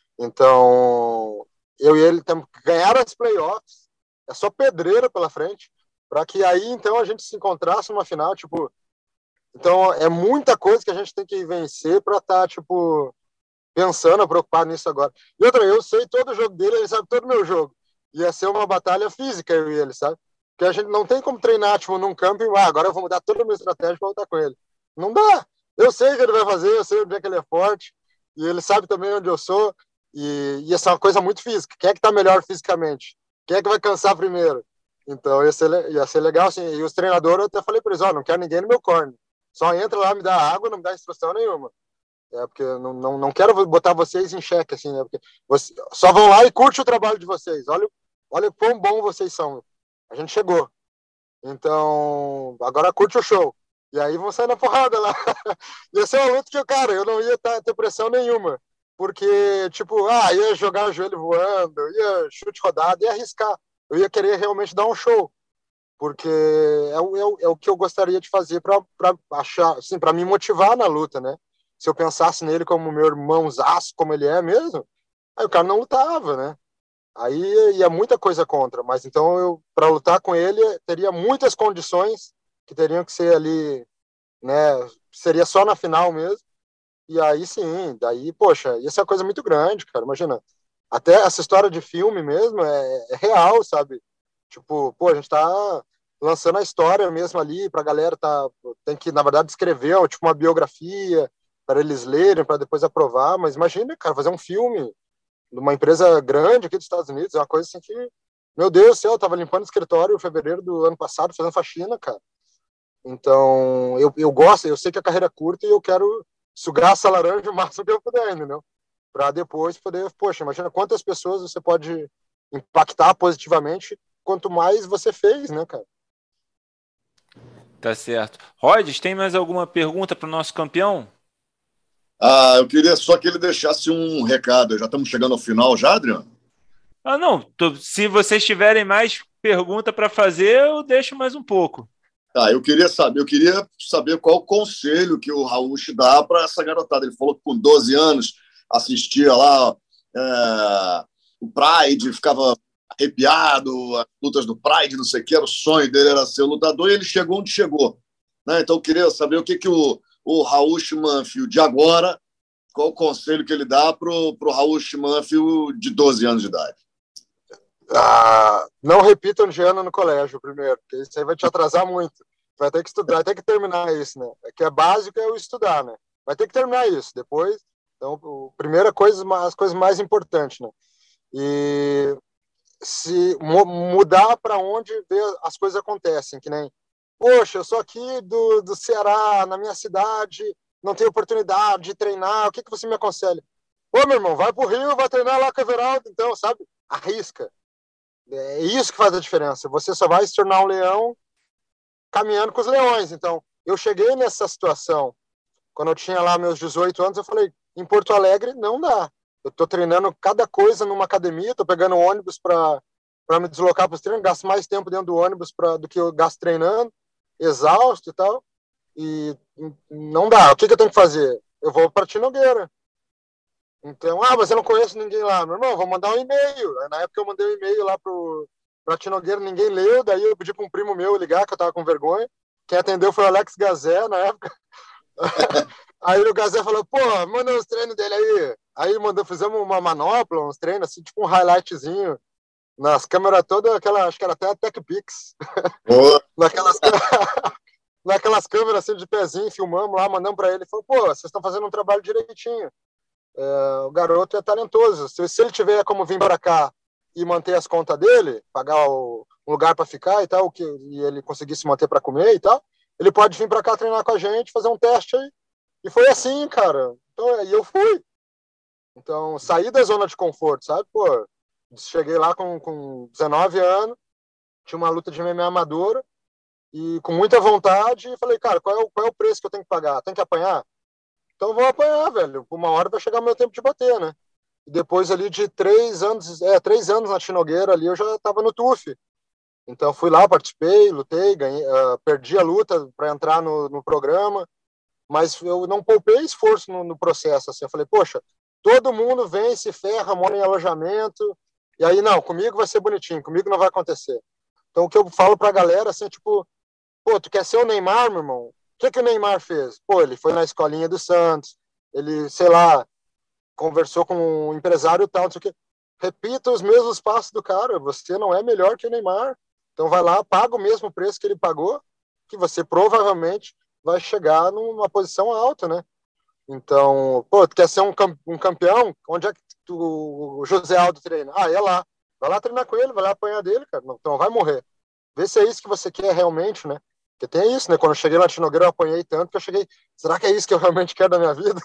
F: Então, eu e ele temos que ganhar as playoffs, é só pedreira pela frente, para que aí, então, a gente se encontrasse numa final, tipo... Então, é muita coisa que a gente tem que vencer para estar, tá, tipo... pensando, preocupado nisso agora. E outra, eu sei todo o jogo dele, ele sabe todo o meu jogo. Ia ser uma batalha física, eu e ele, sabe? Porque a gente não tem como treinar, tipo, num campo e, ah, agora eu vou mudar toda a minha estratégia para lutar com ele. Não dá. Eu sei o que ele vai fazer, eu sei onde é que ele é forte, e ele sabe também onde eu sou, e ia ser uma coisa muito física. Quem é que tá melhor fisicamente? Quem é que vai cansar primeiro? Então, ia ser, ia ser legal, assim. E os treinadores, eu até falei para eles, ó, oh, não quero ninguém no meu corner. Só entra lá, me dá água, não me dá instrução nenhuma. É, porque eu não, não, não quero botar vocês em xeque, assim, né? Porque você, só vão lá e curte o trabalho de vocês. Olha, olha quão bom vocês são. A gente chegou. Então, agora curte o show. E aí vão sair na porrada lá. Ia ser uma luta que, cara, eu não ia tá, ter pressão nenhuma. Porque, tipo, ah, ia jogar o joelho voando, ia chute rodado, ia arriscar. Eu ia querer realmente dar um show. Porque é o, é o, é o que eu gostaria de fazer para achar, assim, para me motivar na luta, né? Se eu pensasse nele como meu irmãozaço, como ele é mesmo, aí o cara não lutava, né? Aí ia muita coisa contra. Mas então, eu para lutar com ele, teria muitas condições que teriam que ser ali, né? Seria só na final mesmo. E aí sim, daí, poxa, ia ser uma coisa muito grande, cara. Imagina. Até essa história de filme mesmo é, é real, sabe? Tipo, pô, a gente tá lançando a história mesmo ali pra galera, tá, tem que, na verdade, escrever tipo, uma biografia para eles lerem, para depois aprovar, mas imagina, cara, fazer um filme de uma empresa grande aqui dos Estados Unidos, é uma coisa assim que, meu Deus do céu, eu tava limpando o escritório em fevereiro do ano passado, fazendo faxina, cara. Então, eu, eu gosto, eu sei que a carreira é curta e eu quero sugar essa laranja o máximo que eu puder, entendeu? Para depois poder, poxa, imagina quantas pessoas você pode impactar positivamente quanto mais você fez, né, cara?
C: Tá certo. Rhodes, tem mais alguma pergunta para o nosso campeão?
D: Ah, eu queria só que ele deixasse um recado. Já estamos chegando ao final já, Adriano?
C: Ah, não. Tô, se vocês tiverem mais pergunta para fazer, eu deixo mais um pouco.
D: Tá, eu queria saber, eu queria saber qual o conselho que o Raul dá para essa garotada. Ele falou que com doze anos assistia lá é, o Pride, ficava arrepiado, as lutas do Pride, não sei o que, era o sonho dele era ser lutador, e ele chegou onde chegou. Né? Então eu queria saber o que, que o, o Raul Schmanfield de agora, qual o conselho que ele dá para o Raul Schmanfield de doze anos de idade.
F: Ah, não repitam de ano no colégio primeiro, porque isso aí vai te atrasar muito. Vai ter que estudar, vai ter que terminar isso, né? É que é básico é o estudar, né? Vai ter que terminar isso depois. Então, a primeira coisa, as coisas mais importantes, né? E se mudar para onde as coisas acontecem, que nem, poxa, eu sou aqui do, do Ceará, na minha cidade, não tenho oportunidade de treinar, o que, que você me aconselha? Pô, meu irmão, vai pro Rio, vai treinar lá com o Everaldo, então, sabe? Arrisca. É isso que faz a diferença. Você só vai se tornar um leão caminhando com os leões. Então, eu cheguei nessa situação quando eu tinha lá meus dezoito anos, eu falei, em Porto Alegre não dá. Eu tô treinando cada coisa numa academia, tô pegando ônibus para para me deslocar para os treinos, gasto mais tempo dentro do ônibus pra, do que eu gasto treinando, exausto e tal. E não dá. O que, que eu tenho que fazer? Eu vou para Tinogueira. Então, ah, mas eu não conheço ninguém lá. Meu irmão, vou mandar um e-mail. Na época eu mandei um e-mail lá para Tinogueira, ninguém leu, daí eu pedi para um primo meu ligar, que eu tava com vergonha. Quem atendeu foi o Alex Gazé, na época. Aí o Gazé falou, pô, manda os treinos dele aí. Aí mandou, fizemos uma manopla, uns treinos, assim, tipo um highlightzinho, nas câmeras todas, aquela, acho que era até a TechPix. Naquelas, naquelas câmeras assim de pezinho, filmamos lá, mandamos para ele. Falou, pô, vocês estão fazendo um trabalho direitinho. É, o garoto é talentoso. Se, se ele tiver como vir para cá e manter as contas dele, pagar o, um lugar para ficar e tal, que, e ele conseguir se manter para comer e tal, ele pode vir para cá treinar com a gente, fazer um teste aí. E foi assim, cara. Então, aí eu fui. Então, saí da zona de conforto, sabe? Pô, cheguei lá com, com dezenove anos, tinha uma luta de M M A amadora, e com muita vontade, falei, cara, qual é, o, qual é o preço que eu tenho que pagar? Tem que apanhar? Então vou apanhar, velho. Por uma hora vai chegar o meu tempo de bater, né? E depois ali de três anos, é, três anos na Tinogueira ali, eu já estava no T U F. Então fui lá, participei, lutei, ganhei, uh, perdi a luta para entrar no, no programa, mas eu não poupei esforço no, no processo, assim. Eu falei, poxa, todo mundo vem, se ferra, mora em alojamento, e aí, não, comigo vai ser bonitinho, comigo não vai acontecer. Então o que eu falo pra galera, assim, é tipo, pô, tu quer ser o Neymar, meu irmão? O que, que o Neymar fez? Pô, ele foi na escolinha do Santos, ele, sei lá, conversou com um empresário e tal, não sei o quê. Repita os mesmos passos do cara, você não é melhor que o Neymar. Então vai lá, paga o mesmo preço que ele pagou, que você provavelmente vai chegar numa posição alta, né? Então, pô, tu quer ser um, um campeão? Onde é que tu, o José Aldo treina? Ah, é lá. Vai lá treinar com ele, vai lá apanhar dele, cara. Então vai morrer. Vê se é isso que você quer realmente, né? Porque tem isso, né? Quando eu cheguei lá na Tinogueira, eu apanhei tanto que eu cheguei, será que é isso que eu realmente quero da minha vida?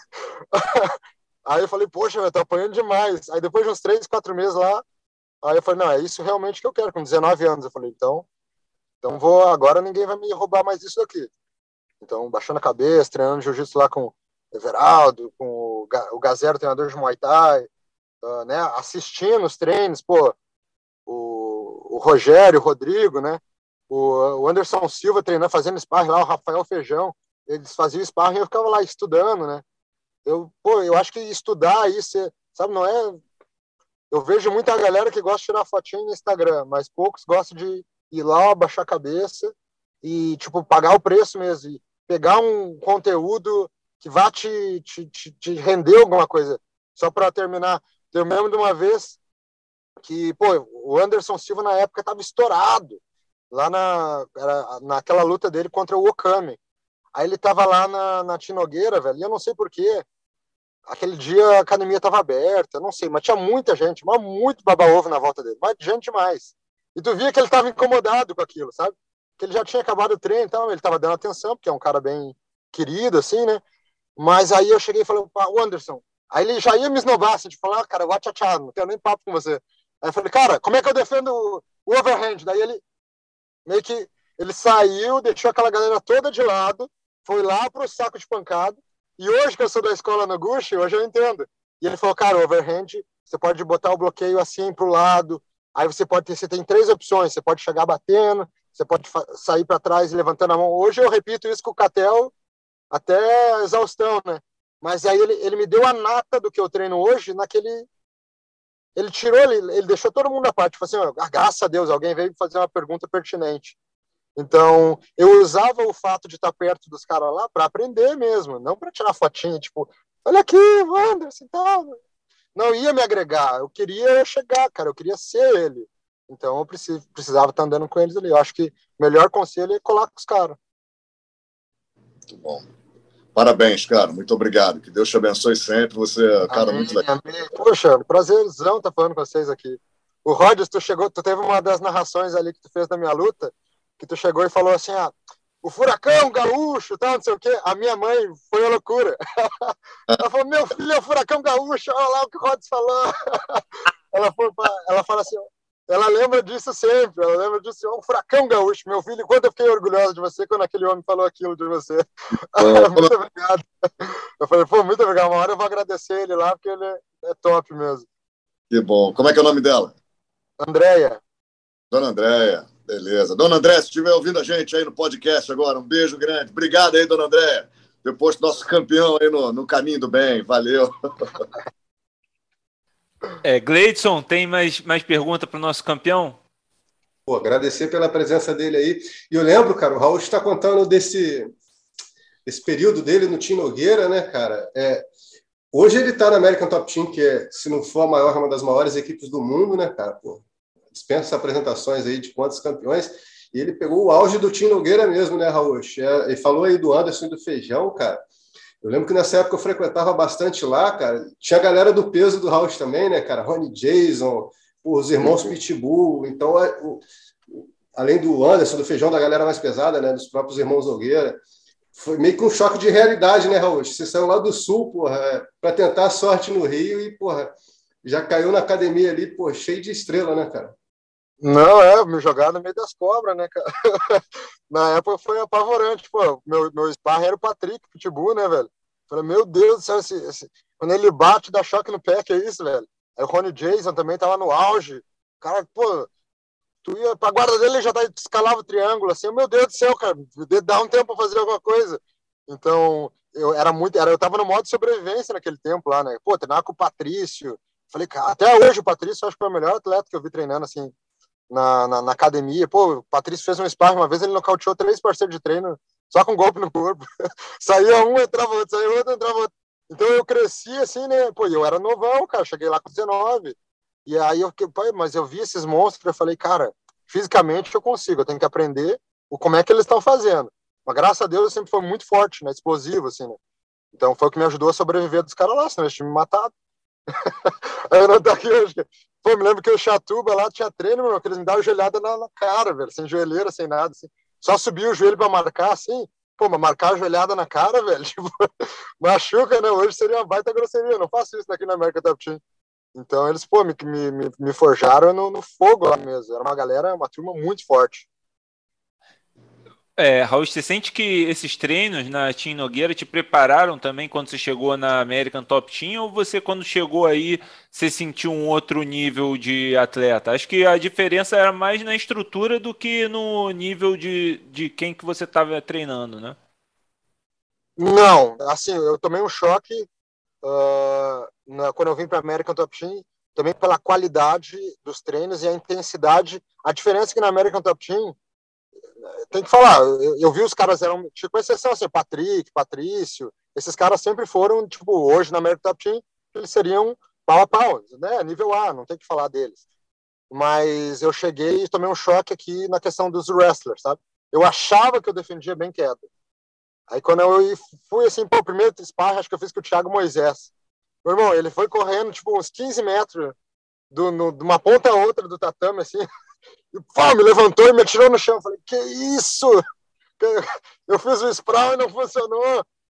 F: Aí eu falei, poxa, eu tô apanhando demais. Aí depois de uns três, quatro meses lá, aí eu falei, não, é isso realmente que eu quero, com dezenove anos. Eu falei, então, então vou, agora ninguém vai me roubar mais isso daqui. Então, baixando a cabeça, treinando jiu-jitsu lá com o Everaldo, com o, o Gazero, treinador de Muay Thai, uh, né? Assistindo os treinos, pô, o, o Rogério, o Rodrigo, né? O, o Anderson Silva treinando, fazendo sparring lá, o Rafael Feijão, eles faziam sparring e eu ficava lá estudando, né? Eu, pô, eu acho que estudar isso, sabe, não é... Eu vejo muita galera que gosta de tirar fotinho no Instagram, mas poucos gostam de ir lá, baixar a cabeça e, tipo, pagar o preço mesmo, e pegar um conteúdo que vá te, te, te, te render alguma coisa. Só para terminar, eu lembro de uma vez que, pô, o Anderson Silva na época estava estourado, lá na, era, naquela luta dele contra o Okami. Aí ele tava lá na, na Tinogueira, velho, e eu não sei porquê. Aquele dia a academia tava aberta, não sei, mas tinha muita gente, mas muito baba-ovo na volta dele, mas gente demais. E tu via que ele tava incomodado com aquilo, sabe? Que ele já tinha acabado o treino, então ele tava dando atenção, porque é um cara bem querido, assim, né? Mas aí eu cheguei e falei, o Anderson, aí ele já ia me esnobar, assim, de falar, ah, cara, watch out, não quero nem papo com você. Aí eu falei, cara, como é que eu defendo o, o overhand? Daí ele meio que, ele saiu, deixou aquela galera toda de lado, foi lá pro saco de pancada, e hoje que eu sou da escola no Gucci, hoje eu entendo. E ele falou, cara, o overhand, você pode botar o bloqueio assim pro lado, aí você pode ter, você tem três opções, você pode chegar batendo, você pode sair para trás e levantando a mão. Hoje eu repito isso com o Catel até exaustão, né? Mas aí ele, ele me deu a nata do que eu treino hoje naquele... Ele tirou, ele, ele deixou todo mundo à parte. Tipo assim, ó, graças a Deus, alguém veio fazer uma pergunta pertinente. Então, eu usava o fato de estar perto dos caras lá para aprender mesmo, não para tirar fotinha, tipo, olha aqui, Anderson e tal. Não ia me agregar, eu queria chegar, cara, eu queria ser ele. Então, eu precisava estar andando com eles ali. Eu acho que o melhor conselho é colar com os caras.
D: Muito bom. Parabéns, cara. Muito obrigado. Que Deus te abençoe sempre. Você é um cara
F: Amém,
D: muito legal.
F: amém. Poxa, prazerzão estar falando com vocês aqui. O Rhodes, tu chegou, tu teve uma das narrações ali que tu fez da minha luta, que tu chegou e falou assim, ah, o furacão gaúcho, tal, não sei o quê. A minha mãe foi uma loucura. Ela falou, meu filho é o furacão gaúcho, olha lá o que o Rhodes falou. Ela, foi pra, ela fala assim, ela lembra disso sempre, ela lembra disso, oh, o furacão gaúcho, meu filho, quanto eu fiquei orgulhosa de você quando aquele homem falou aquilo de você. Muito obrigado. Eu falei, pô, muito obrigado, uma hora eu vou agradecer ele lá, porque ele é, é top mesmo.
D: Que bom. Como é que é o nome dela?
F: Andréia.
D: Dona Andréia, beleza. Dona Andréia, se estiver ouvindo a gente aí no podcast agora, um beijo grande. Obrigado aí, Dona Andréia. Depois do nosso campeão aí no, no caminho do bem. Valeu.
C: É, Gleidson, tem mais, mais pergunta para o nosso campeão?
E: Pô, agradecer pela presença dele aí. E eu lembro, cara, o Raul está contando desse, desse período dele no Tim Nogueira, né, cara? É, hoje ele está na American Top Team, que é, se não for a maior, uma das maiores equipes do mundo, né, cara? Pô, dispensa apresentações aí de quantos campeões. E ele pegou o auge do Tim Nogueira mesmo, né, Raul? É, ele falou aí do Anderson e do Feijão, cara. Eu lembro que nessa época eu frequentava bastante lá, cara. Tinha a galera do peso do House também, né, cara? Ronnie Jason, os irmãos Pitbull. Então, além do Anderson, do Feijão, da galera mais pesada, né, dos próprios irmãos Nogueira, foi meio que um choque de realidade, né, Raul? Você saiu lá do Sul, porra, para tentar a sorte no Rio e, porra, já caiu na academia ali, porra, cheio de estrela, né, cara?
F: Não, é, me jogaram no meio das cobras, né, cara? Na época foi apavorante, pô. Meu, meu sparring era o Patrick Pitbull, né, velho? Falei, meu Deus do céu, esse, esse... quando ele bate, dá choque no pé, que é isso, velho? Aí o Ronnie Jason também tava no auge. O cara, pô, tu ia pra guarda dele, ele já escalava o triângulo, assim, meu Deus do céu, cara, dá um tempo pra fazer alguma coisa. Então, eu era muito, era, eu tava no modo de sobrevivência naquele tempo lá, né? Pô, treinava com o Patrício. Falei, cara, até hoje o Patrício, acho que foi o melhor atleta que eu vi treinando, assim, Na, na, na academia. Pô, o Patrício fez um sparring uma vez, ele nocauteou três parceiros de treino só com golpe no corpo. Saía um, entrava outro, saía outro, entrava outro. Então eu cresci assim, né? Pô, eu era novão, cara, cheguei lá com dezenove. E aí eu fiquei, pô, mas eu vi esses monstros, eu falei, cara, fisicamente eu consigo, eu tenho que aprender o, como é que eles estão fazendo. Mas graças a Deus eu sempre fui muito forte, né? Explosivo, assim, né? Então foi o que me ajudou a sobreviver dos caras lá, senão eles tinham me matado. Eu não tô aqui hoje. Pô, me lembro que o Chatuba lá tinha treino, meu, que eles me davam joelhada na, na cara, velho, sem joelheira, sem nada, assim. Só subia o joelho pra marcar, assim. Pô, mas marcar a joelhada na cara, velho, tipo, machuca, né? Hoje seria uma baita grosseria. Eu não faço isso daqui na América Top Team. Então eles, pô, me, me, me forjaram no, no fogo lá mesmo. Era uma galera, uma turma muito forte.
C: É, Raul, você sente que esses treinos na Team Nogueira te prepararam também quando você chegou na American Top Team, ou você, quando chegou aí, você sentiu um outro nível de atleta? Acho que a diferença era mais na estrutura do que no nível de, de quem que você estava treinando, né?
F: Não, assim, eu tomei um choque uh, na, quando eu vim para a American Top Team, também pela qualidade dos treinos e a intensidade. A diferença é que na American Top Team, tem que falar, eu, eu vi os caras, eram, tipo, exceção, assim, Patrick, Patrício, esses caras sempre foram, tipo, hoje na American Top Team, eles seriam pau a pau, né, nível A, não tem que falar deles. Mas eu cheguei e tomei um choque aqui na questão dos wrestlers, sabe? Eu achava que eu defendia bem quieto. Aí quando eu fui, assim, pô, o primeiro sparring, acho que eu fiz com o Thiago Moisés. Meu irmão, ele foi correndo, tipo, uns quinze metros do, no, de uma ponta a outra do tatame, assim, e pô, me levantou e me atirou no chão. Falei, que isso? Eu fiz o sprawl e não funcionou.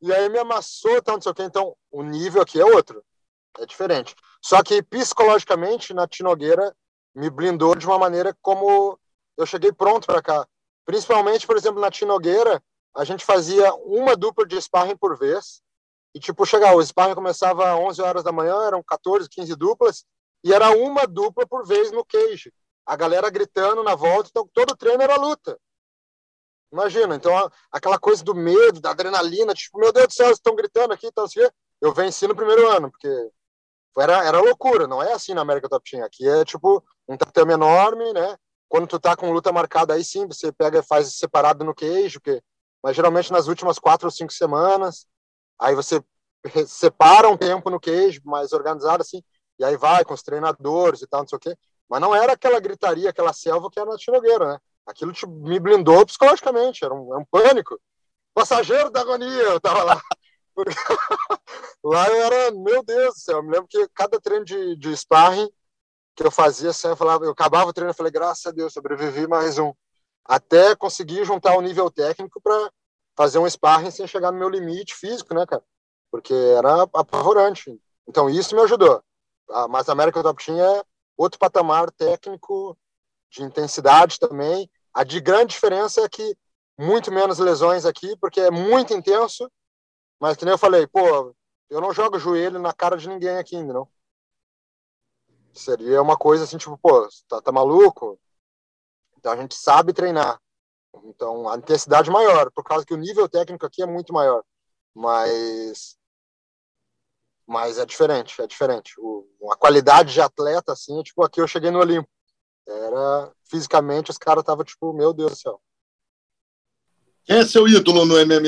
F: e aí me amassou, tal, não sei o quê. Então, o nível aqui é outro, é diferente. Só que, psicologicamente, na Tinogueira, me blindou de uma maneira como eu cheguei pronto para cá. Principalmente, por exemplo, na Tinogueira, a gente fazia uma dupla de sparring por vez, e, tipo, chegava, o sparring começava às onze horas da manhã, eram quatorze, quinze duplas, e era uma dupla por vez no cage. A galera gritando na volta, então todo treino era luta. Imagina, então aquela coisa do medo, da adrenalina, tipo, meu Deus do céu, eles estão gritando aqui, então assim, eu venci no primeiro ano, porque era, era loucura, não é assim na América Top Team. Aqui é tipo um tatame enorme, né? Quando tu tá com luta marcada, aí sim, você pega e faz separado no queijo, que, mas geralmente nas últimas quatro ou cinco semanas, aí você separa um tempo no queijo, mais organizado assim, e aí vai com os treinadores e tal, não sei o quê. Mas não era aquela gritaria, aquela selva que era na Tinogueira, né? Aquilo tipo, me blindou psicologicamente, era um, era um pânico. Passageiro da agonia, eu tava lá. Porque lá eu era, meu Deus do céu, eu me lembro que cada treino de, de sparring que eu fazia, assim, eu, falava, eu acabava o treino e falei, graças a Deus, sobrevivi mais um. Até conseguir juntar o nível técnico para fazer um sparring sem chegar no meu limite físico, né, cara? Porque era apavorante. Então isso me ajudou. Mas a American Top Team é outro patamar técnico, de intensidade também. A de grande diferença é que muito menos lesões aqui, porque é muito intenso, mas que nem eu falei, pô, eu não jogo joelho na cara de ninguém aqui ainda, não. Seria uma coisa assim, tipo, pô, tá, tá maluco? Então a gente sabe treinar. Então a intensidade maior, por causa que o nível técnico aqui é muito maior. Mas... Mas é diferente, é diferente. O, a qualidade de atleta, assim, tipo, aqui eu cheguei no Olimpo. Era, fisicamente, os caras estavam, tipo, meu Deus do céu.
D: Quem é seu ídolo no M M A?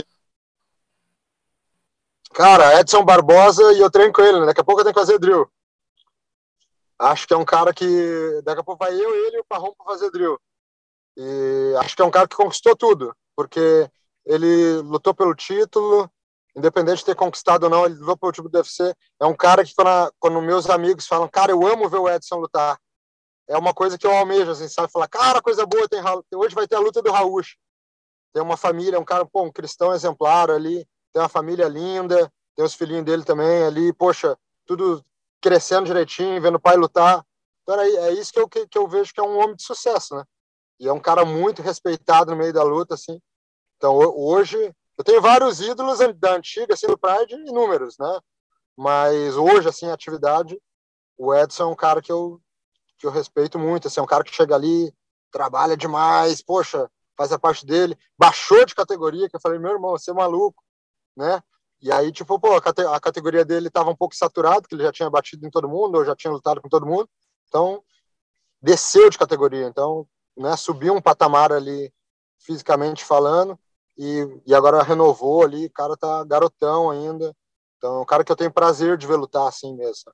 F: Cara, Edson Barbosa, e eu treino com ele, né? Daqui a pouco eu tenho que fazer drill. Acho que é um cara que... Daqui a pouco vai eu, ele e o Parrom pra fazer drill. E acho que é um cara que conquistou tudo, porque ele lutou pelo título, independente de ter conquistado ou não, ele lutou pelo título do U F C. É um cara que, quando, quando meus amigos falam, cara, eu amo ver o Edson lutar, é uma coisa que eu almejo, assim, sabe? Falar, cara, coisa boa, tem, hoje vai ter a luta do Raush. Tem uma família, um cara, pô, um cristão exemplar ali, tem uma família linda, tem os filhinhos dele também ali, poxa, tudo crescendo direitinho, vendo o pai lutar. Então é, é isso que eu, que, que eu vejo que é um homem de sucesso, né? E é um cara muito respeitado no meio da luta, assim. Então hoje, eu tenho vários ídolos da antiga, assim, do Pride, inúmeros, né? Mas hoje, assim, a atividade, o Edson é um cara que eu que eu respeito muito, assim, é um cara que chega ali, trabalha demais, poxa, faz a parte dele, baixou de categoria, que eu falei, meu irmão, você é maluco, né? E aí, tipo, pô, a, cate a categoria dele tava um pouco saturada, que ele já tinha batido em todo mundo, ou já tinha lutado com todo mundo, então, desceu de categoria, então, né, subiu um patamar ali, fisicamente falando, e, e agora renovou ali, o cara tá garotão ainda, então, é um cara que eu tenho prazer de ver lutar assim mesmo.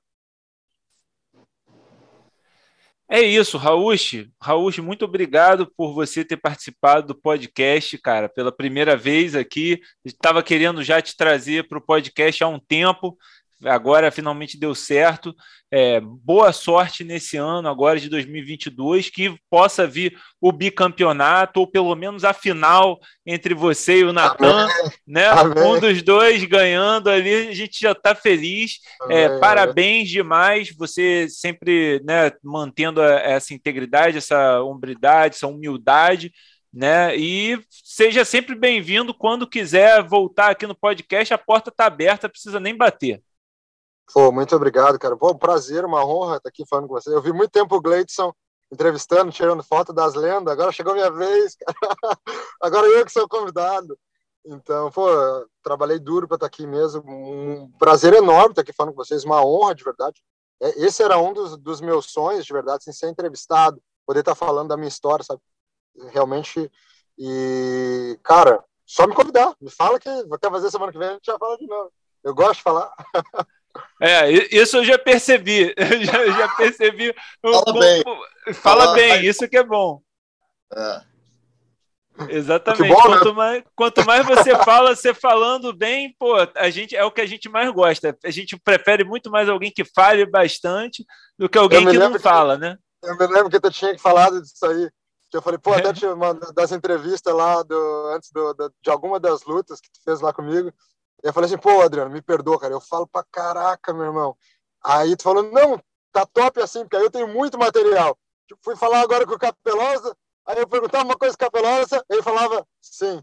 C: É isso, Raush. Raush, muito obrigado por você ter participado do podcast, cara, pela primeira vez aqui. Estava querendo já te trazer para o podcast há um tempo, agora finalmente deu certo. É, boa sorte nesse ano agora de dois mil e vinte e dois, que possa vir o bicampeonato, ou pelo menos a final entre você e o Natan, né? Um dos dois ganhando ali, a gente já está feliz. É, parabéns demais, você sempre, né, mantendo essa integridade, essa hombridade, essa humildade, né? E seja sempre bem-vindo quando quiser voltar aqui no podcast, a porta está aberta, precisa nem bater.
F: Pô, muito obrigado, cara. Pô, um prazer, uma honra estar aqui falando com você. Eu vi muito tempo o Gleidson entrevistando, tirando foto das lendas, agora chegou a minha vez, cara. Agora eu que sou convidado. Então, pô, trabalhei duro para estar aqui mesmo. Um prazer enorme estar aqui falando com vocês, uma honra, de verdade. Esse era um dos, dos meus sonhos, de verdade, assim, ser entrevistado, poder estar falando da minha história, sabe? Realmente. E, cara, só me convidar. Me fala que quer fazer semana que vem, a gente já fala de novo. Eu gosto de falar.
C: É, isso eu já percebi. Eu já, já percebi.
D: Fala
C: como,
D: bem.
C: Fala,
D: Fala
C: bem,
D: bem.
C: isso que é bom.
D: É.
C: Exatamente.
F: Bom,
C: quanto,
F: né?
C: mais, quanto mais você fala, você falando bem, pô, a gente, é o que a gente mais gosta. A gente prefere muito mais alguém que fale bastante do que alguém que não
F: que,
C: fala, né?
F: Eu me lembro que tu tinha falado disso aí. Que eu falei, pô, até tinha uma das entrevistas lá do, antes do, do, de alguma das lutas que tu fez lá comigo. E eu falei assim, pô, Adriano, me perdoa, cara, eu falo pra caraca, meu irmão. Aí tu falou, não, tá top assim, porque aí eu tenho muito material. Tipo, fui falar agora com o Capelosa, aí eu perguntava uma coisa Capelosa, ele falava, sim.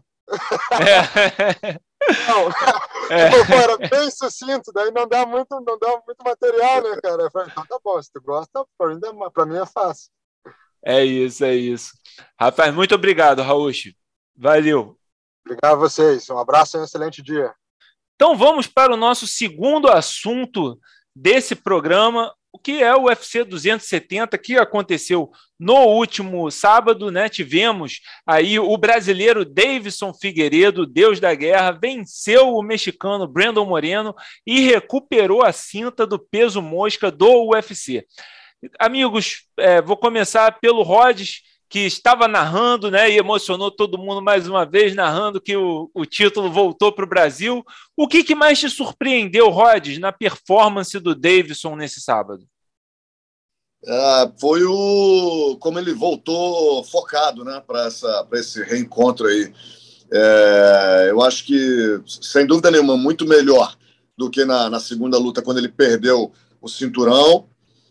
C: É.
F: Não,
C: É.
F: tipo, era bem sucinto, daí não dá muito, não dá muito material, né, cara? Eu falei, então tá bom, se tu gosta, pra mim, é- pra mim é fácil.
C: É isso, é isso. Rapaz, muito obrigado, Raul. Valeu.
F: Obrigado a vocês, um abraço e um excelente dia.
C: Então vamos para o nosso segundo assunto desse programa, o que é o U F C duzentos e setenta, que aconteceu no último sábado, né? Tivemos aí o brasileiro Deiveson Figueiredo, Deus da Guerra, venceu o mexicano Brandon Moreno e recuperou a cinta do peso mosca do U F C. Amigos, é, vou começar pelo Rhodes, que estava narrando, né, e emocionou todo mundo mais uma vez, narrando que o, o título voltou para o Brasil. O que, que mais te surpreendeu, Rhodes, na performance do Deiveson nesse sábado?
D: É, foi o como ele voltou focado, né, para esse reencontro aí. É, eu acho que, sem dúvida nenhuma, muito melhor do que na, na segunda luta, quando ele perdeu o cinturão.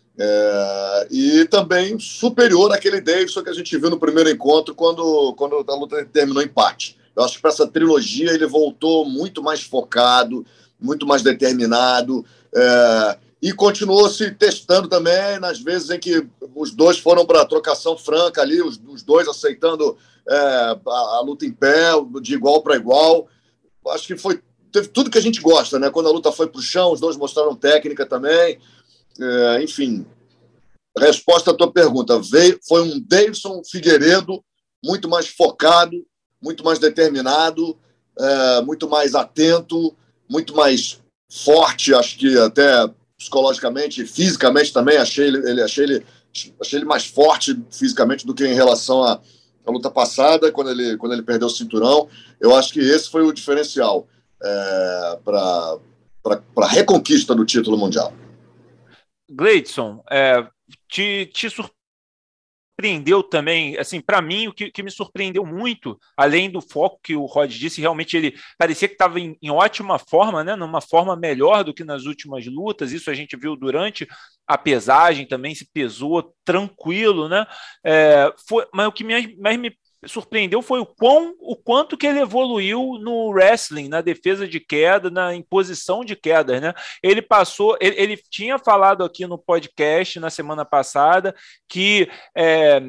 D: É, e também superior àquele Deiveson que a gente viu no primeiro encontro, quando, quando a luta terminou em empate. Eu acho que para essa trilogia ele voltou muito mais focado, muito mais determinado, é, e continuou se testando também nas vezes em que os dois foram para a trocação franca ali, os, os dois aceitando é, a, a luta em pé, de igual para igual. Acho que foi, teve tudo que a gente gosta, né? Quando a luta foi para o chão, os dois mostraram técnica também. É, enfim, resposta à tua pergunta, veio, foi um Deiveson Figueiredo muito mais focado, muito mais determinado, é, muito mais atento, muito mais forte, acho que até psicologicamente, fisicamente também, achei ele, ele, achei ele, achei ele mais forte fisicamente do que em relação à, à luta passada, quando ele, quando ele perdeu o cinturão. Eu acho que esse foi o diferencial é, para a reconquista do título mundial.
C: Gleidson, é, te, te surpreendeu também, assim, para mim, o que, que me surpreendeu muito, além do foco que o Rod disse, realmente ele parecia que estava em, em ótima forma, né, numa forma melhor do que nas últimas lutas, isso a gente viu durante a pesagem também, se pesou tranquilo, né, é, foi, mas o que mais, mais me surpreendeu foi o, quão, o quanto que ele evoluiu no wrestling, na defesa de queda, na imposição de quedas, né? Ele passou, ele, ele tinha falado aqui no podcast na semana passada que é,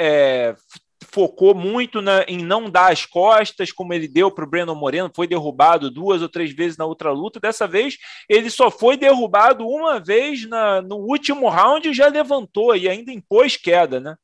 C: é, focou muito na, em não dar as costas, como ele deu para o Brandon Moreno, foi derrubado duas ou três vezes na outra luta. Dessa vez, ele só foi derrubado uma vez na, no último round e já levantou e ainda impôs queda, né?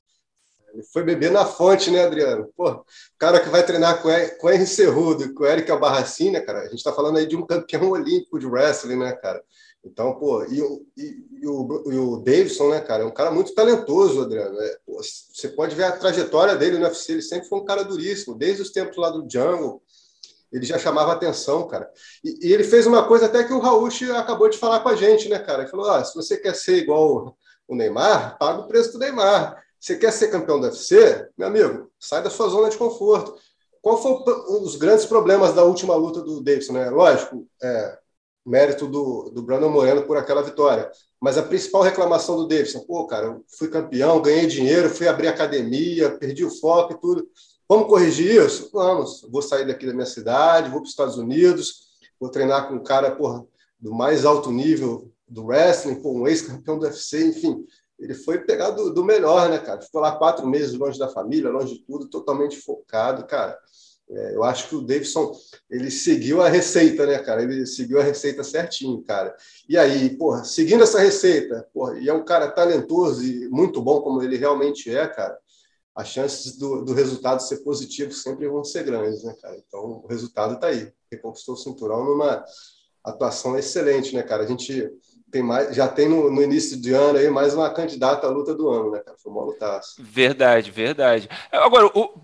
E: Ele foi beber na fonte, né, Adriano? Pô, o cara que vai treinar com o Henry Cejudo e com o Eric Albarracín, né, cara? A gente tá falando aí de um campeão olímpico de wrestling, né, cara? Então, pô, e, e, e, o, e o Deiveson, né, cara? É um cara muito talentoso, Adriano. É, pô, você pode ver a trajetória dele no U F C, ele sempre foi um cara duríssimo. Desde os tempos lá do Jungle, ele já chamava atenção, cara. E, e ele fez uma coisa até que o Raul acabou de falar com a gente, né, cara? Ele falou, ah, se você quer ser igual o Neymar, paga o preço do Neymar. Você quer ser campeão do U F C? Meu amigo, sai da sua zona de conforto. Qual foi os grandes problemas da última luta do Deiveson, né? Lógico, é, mérito do, do Brandon Moreno por aquela vitória. Mas a principal reclamação do Deiveson, pô, cara, eu fui campeão, ganhei dinheiro, fui abrir academia, perdi o foco e tudo. Vamos corrigir isso? Vamos. Vou sair daqui da minha cidade, vou para os Estados Unidos, vou treinar com um cara, porra, do mais alto nível do wrestling, pô, um ex-campeão do U F C, enfim. Ele foi pegar do, do melhor, né, cara? Ficou lá quatro meses longe da família, longe de tudo, totalmente focado, cara. É, eu acho que o Deiveson, ele seguiu a receita, né, cara? Ele seguiu a receita certinho, cara. E aí, porra, seguindo essa receita, porra, e é um cara talentoso e muito bom como ele realmente é, cara, as chances do, do resultado ser positivo sempre vão ser grandes, né, cara? Então, o resultado tá aí. Reconquistou o cinturão numa atuação excelente, né, cara? A gente... Tem mais, já tem no, no início de ano aí mais uma candidata à luta do ano, né, cara? Foi uma lutaça.
C: Verdade, verdade. Agora, o, me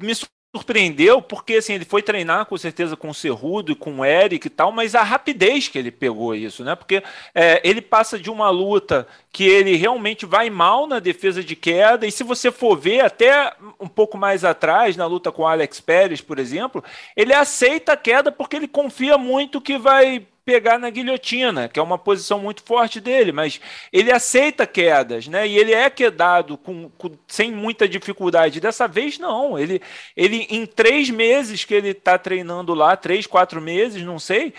C: surpreendeu porque assim, ele foi treinar com certeza com o Cerrudo e com o Eric e tal, mas a rapidez que ele pegou isso, né? Porque é, ele passa de uma luta que ele realmente vai mal na defesa de queda, e se você for ver até um pouco mais atrás, na luta com o Alex Pérez, por exemplo, ele aceita a queda porque ele confia muito que vai pegar na guilhotina, que é uma posição muito forte dele, mas ele aceita quedas, né? E ele é quedado com, com, sem muita dificuldade. Dessa vez, não. Ele, ele em três meses que ele está treinando lá, três, quatro meses, não sei,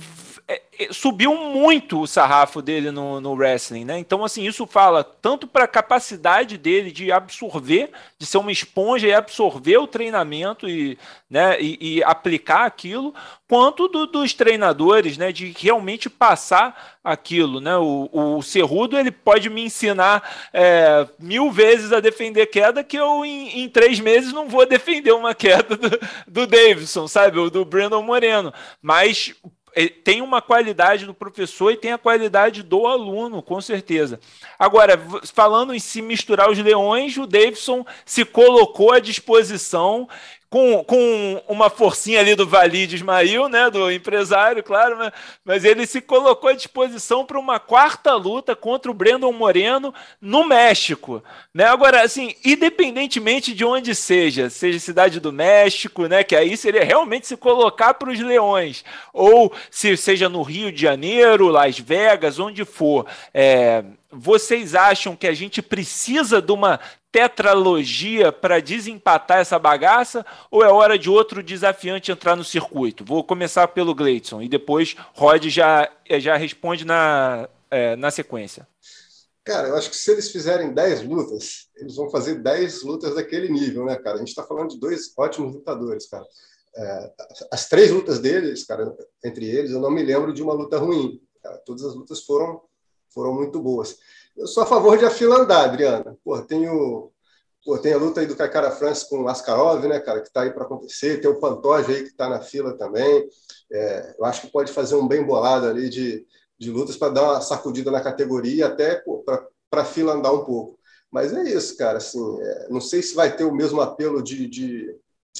C: é, é, subiu muito o sarrafo dele no, no wrestling, né? Então, assim, isso fala tanto para a capacidade dele de absorver, de ser uma esponja e absorver o treinamento e, né, e, e aplicar aquilo, quanto do, dos treinadores, né, de realmente passar aquilo, né? O, o Cerrudo, ele pode me ensinar é, mil vezes a defender queda que eu em, em três meses não vou defender uma queda do, do Davidson, sabe? Ou do Brandon Moreno, mas tem uma qualidade do professor e tem a qualidade do aluno, com certeza. Agora, falando em se misturar os leões, o Davidson se colocou à disposição com, com uma forcinha ali do Valide Ismail, né, do empresário, claro, mas, mas ele se colocou à disposição para uma quarta luta contra o Brandon Moreno no México, né? Agora, assim, independentemente de onde seja, seja Cidade do México, né, que aí seria realmente se colocar para os leões, ou se seja no Rio de Janeiro, Las Vegas, onde for, é, vocês acham que a gente precisa de uma tetralogia para desempatar essa bagaça, ou é hora de outro desafiante entrar no circuito? Vou começar pelo Gleidson e depois Rod já, já responde na, é, na sequência.
E: Cara, eu acho que se eles fizerem dez lutas, eles vão fazer dez lutas daquele nível, né, cara? A gente está falando de dois ótimos lutadores, cara. É, as três lutas deles, cara, entre eles, eu não me lembro de uma luta ruim. Cara. Todas as lutas foram, foram muito boas. Eu sou a favor de a fila andar, Adriana. Pô, tem, o, pô, tem a luta aí do Kaikara Francis com o Askarov, né, cara, que está aí para acontecer. Tem o Pantoja aí que está na fila também. É, eu acho que pode fazer um bem bolado ali de, de lutas para dar uma sacudida na categoria, até para a fila andar um pouco. Mas é isso, cara. Assim, é, não sei se vai ter o mesmo apelo de, de,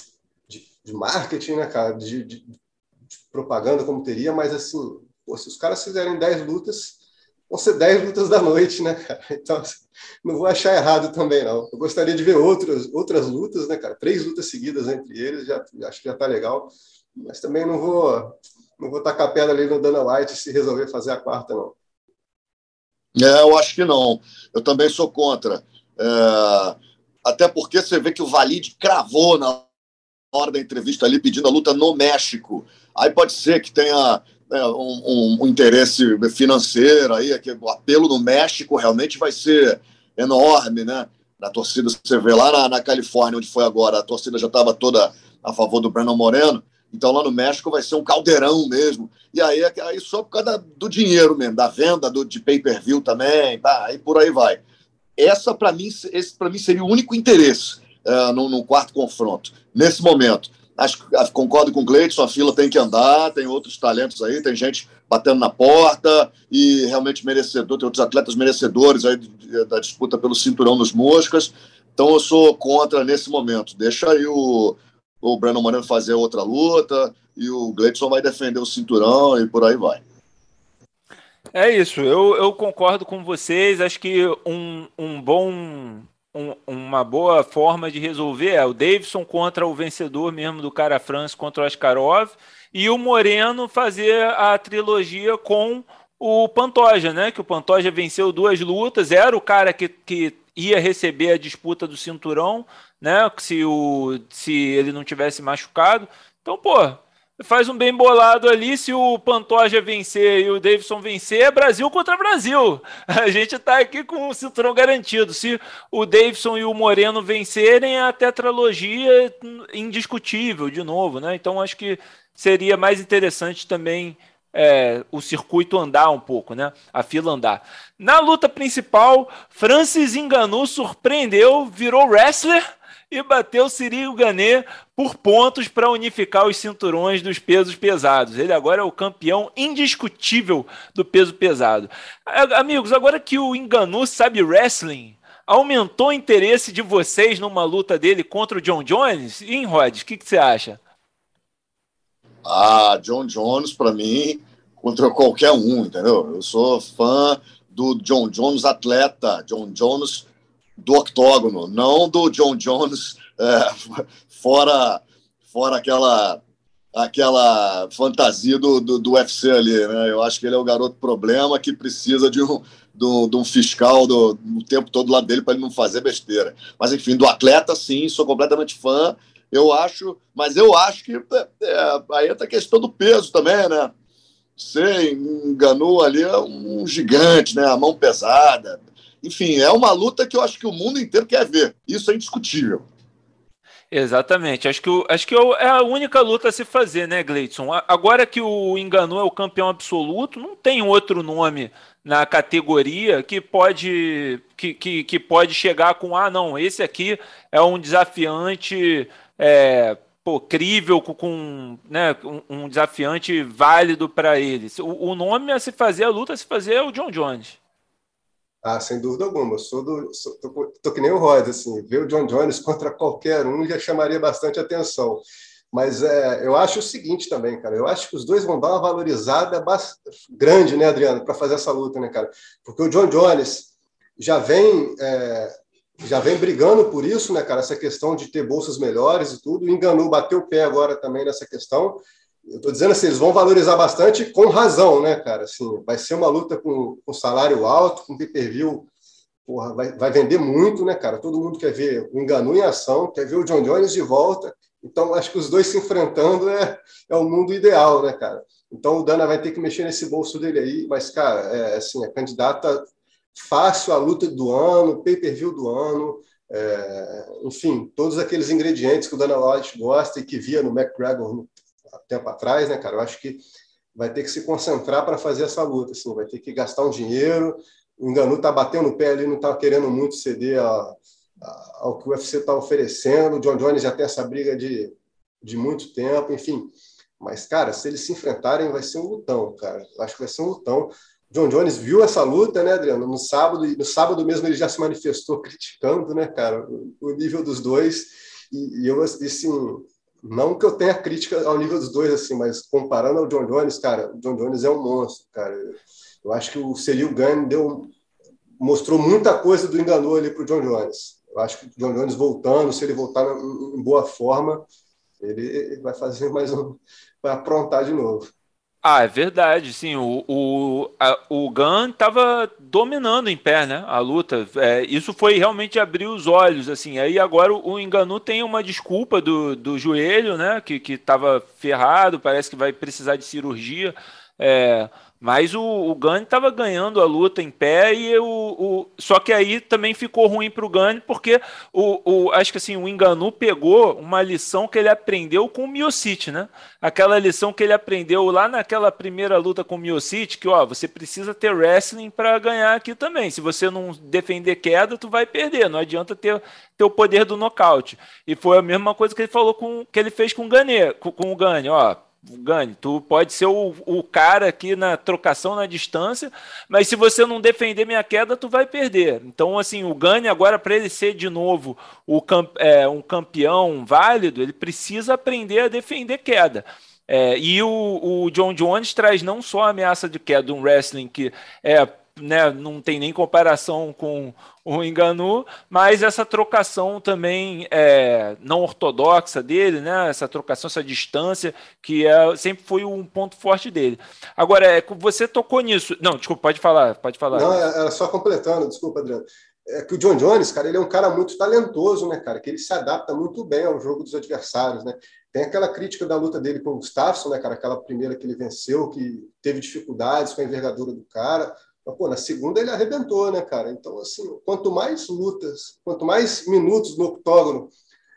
E: de, de marketing, né, cara, de, de, de propaganda como teria, mas assim, pô, se os caras fizerem dez lutas, vão ser dez lutas da noite, né, cara? Então, não vou achar errado também, não. Eu gostaria de ver outras, outras lutas, né, cara? Três lutas seguidas entre eles, já, acho que já tá legal. Mas também não vou, não vou tacar a pedra ali no Dana White se resolver fazer a quarta, não.
D: É, eu acho que não. Eu também sou contra. É, até porque você vê que o Valide cravou na hora da entrevista ali, pedindo a luta no México. Aí pode ser que tenha... É, um, um, um interesse financeiro aí, que o apelo no México realmente vai ser enorme, né? Na torcida, você vê lá na, na Califórnia, onde foi agora, a torcida já estava toda a favor do Brandon Moreno, então lá no México vai ser um caldeirão mesmo, e aí, aí só por causa do dinheiro mesmo, da venda do, de pay-per-view também, tá? Aí por aí vai. Essa, para mim, esse para mim seria o único interesse uh, no, no quarto confronto, nesse momento. Acho, concordo com o Gleidson, a fila tem que andar, tem outros talentos aí, tem gente batendo na porta e realmente merecedor, tem outros atletas merecedores aí da disputa pelo cinturão nos moscas, então eu sou contra nesse momento. Deixa aí o, o Brandon Moreno fazer outra luta e o Gleidson vai defender o cinturão e por aí vai.
C: É isso, eu, eu concordo com vocês, acho que um, um bom... Um, uma boa forma de resolver é o Davidson contra o vencedor mesmo do Cara France contra o Askarov e o Moreno fazer a trilogia com o Pantoja, né? Que o Pantoja venceu duas lutas, era o cara que, que ia receber a disputa do cinturão, né? Se, o, se ele não tivesse machucado. Então, pô, faz um bem bolado ali, se o Pantoja vencer e o Davidson vencer, é Brasil contra Brasil. A gente está aqui com o cinturão garantido. Se o Davidson e o Moreno vencerem, a tetralogia indiscutível, de novo, né? Então, acho que seria mais interessante também é, o circuito andar um pouco, né? A fila andar. Na luta principal, Francis Ngannou surpreendeu, virou wrestler e bateu Cyril Gane por pontos para unificar os cinturões dos pesos pesados. Ele agora é o campeão indiscutível do peso pesado. Amigos, agora que o Ngannou sabe wrestling, aumentou o interesse de vocês numa luta dele contra o John Jones? E, Rod, o que, que você acha?
D: Ah, John Jones, para mim, contra qualquer um, entendeu? Eu sou fã do John Jones atleta, John Jones do octógono, não do John Jones é, fora, fora aquela, aquela fantasia do, do, do U F C ali, né? Eu acho que ele é o garoto problema que precisa de um, do, de um fiscal do, do tempo todo lá dele para ele não fazer besteira. Mas, enfim, do atleta, sim, sou completamente fã. Eu acho, mas eu acho que é, aí entra a questão do peso também, né? Você enganou ali um gigante, né? A mão pesada. Enfim, é uma luta que eu acho que o mundo inteiro quer ver. Isso é indiscutível.
C: Exatamente. Acho que, o, acho que é a única luta a se fazer, né, Gleidson? Agora que o Ngannou é o campeão absoluto, não tem outro nome na categoria que pode, que, que, que pode chegar com, ah, não, esse aqui é um desafiante... É, pô, crível, com, né, um, um desafiante válido para ele. O, o nome a se fazer, a luta a se fazer é o John Jones.
E: Ah, sem dúvida alguma. Eu sou do, sou, tô, tô que nem o Rod, assim, ver o John Jones contra qualquer um já chamaria bastante atenção. Mas é, eu acho o seguinte também, cara, eu acho que os dois vão dar uma valorizada grande, né, Adriano, para fazer essa luta, né, cara? Porque o John Jones já vem... É, já vem brigando por isso, né, cara? Essa questão de ter bolsas melhores e tudo. Enganou, bateu o pé agora também nessa questão. Eu tô dizendo assim, eles vão valorizar bastante com razão, né, cara? Assim, vai ser uma luta com, com salário alto, com pay-per-view, porra, vai, vai vender muito, né, cara? Todo mundo quer ver o Ngannou em ação, quer ver o John Jones de volta. Então, acho que os dois se enfrentando é, é o mundo ideal, né, cara? Então, o Dana vai ter que mexer nesse bolso dele aí, mas, cara, é assim, a candidata... fácil a luta do ano, pay-per-view do ano, é, enfim, todos aqueles ingredientes que o Dana White gosta e que via no McGregor há tempo atrás, né, cara? Eu acho que vai ter que se concentrar para fazer essa luta, assim, vai ter que gastar um dinheiro. O Ngannou tá batendo o pé ali, não está querendo muito ceder a, a, ao que o U F C está oferecendo. O John Jones já tem essa briga de, de muito tempo, enfim. Mas, cara, se eles se enfrentarem, vai ser um lutão, cara. Eu acho que vai ser um lutão. John Jones viu essa luta, né, Adriano? No sábado, no sábado mesmo ele já se manifestou criticando, né, cara, o nível dos dois. E, e eu, assim, não que eu tenha crítica ao nível dos dois, assim, mas comparando ao John Jones, cara, o John Jones é um monstro, cara. Eu acho que o Ciryl Gane deu, mostrou muita coisa do Ngannou ali pro John Jones. Eu acho que o John Jones voltando, se ele voltar em boa forma, ele vai fazer mais um, vai aprontar de novo.
C: Ah, é verdade, sim, o, o, a, o Gunn estava dominando em pé, né, a luta, é, isso foi realmente abrir os olhos, assim, aí agora o, o Ngannou tem uma desculpa do, do joelho, né, que que estava ferrado, parece que vai precisar de cirurgia, é, mas o, o Gunn estava ganhando a luta em pé e o, o só que aí também ficou ruim para o Gunn porque o, o acho que assim o Ngannou pegou uma lição que ele aprendeu com o Miocic, né? Aquela lição que ele aprendeu lá naquela primeira luta com o Miocic, que ó, você precisa ter wrestling para ganhar aqui também. Se você não defender queda, tu vai perder. Não adianta ter, ter o poder do nocaute. E foi a mesma coisa que ele falou com que ele fez com o Gane, com, com o Gane, ó. Gane, tu pode ser o, o cara aqui na trocação na distância, mas se você não defender minha queda, tu vai perder. Então, assim, o Gane agora, para ele ser de novo o, é, um campeão válido, ele precisa aprender a defender queda. É, e o, o John Jones traz não só a ameaça de queda, um wrestling que é, né, não tem nem comparação com o Ngannou, mas essa trocação também é, não ortodoxa dele, né, essa trocação, essa distância, que é, sempre foi um ponto forte dele. Agora, é, você tocou nisso... Não, desculpa, pode falar, pode falar.
E: Não, era só completando, desculpa, Adriano. É que o John Jones, cara, ele é um cara muito talentoso, né, cara, que ele se adapta muito bem ao jogo dos adversários, né. Tem aquela crítica da luta dele com o Gustafsson, né, cara, aquela primeira que ele venceu, que teve dificuldades com a envergadura do cara. Mas, pô, na segunda ele arrebentou, né, cara? Então, assim, quanto mais lutas, quanto mais minutos no octógono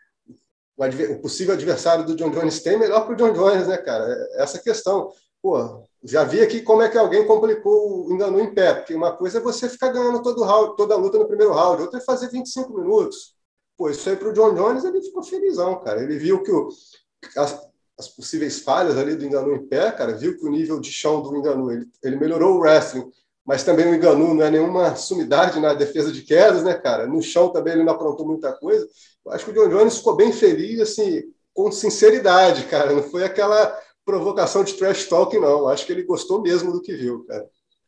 E: o, o possível adversário do John Jones tem, melhor para o John Jones, né, cara? Essa questão. Pô, já vi aqui como é que alguém complicou o Ngannou em pé, porque uma coisa é você ficar ganhando todo round, toda a luta no primeiro round, outra é fazer vinte e cinco minutos. Pô, isso aí para o John Jones, ele ficou felizão, cara. Ele viu que o, as, as possíveis falhas ali do Ngannou em pé, cara, viu que o nível de chão do Ngannou, ele, ele melhorou o wrestling, mas também o Ngannou não é nenhuma sumidade na defesa de quedas, né, cara? No chão também ele não aprontou muita coisa. Eu acho que o John Jones ficou bem feliz, assim, com sinceridade, cara. Não foi aquela provocação de trash talk, não. Eu acho que ele gostou mesmo do que viu, cara.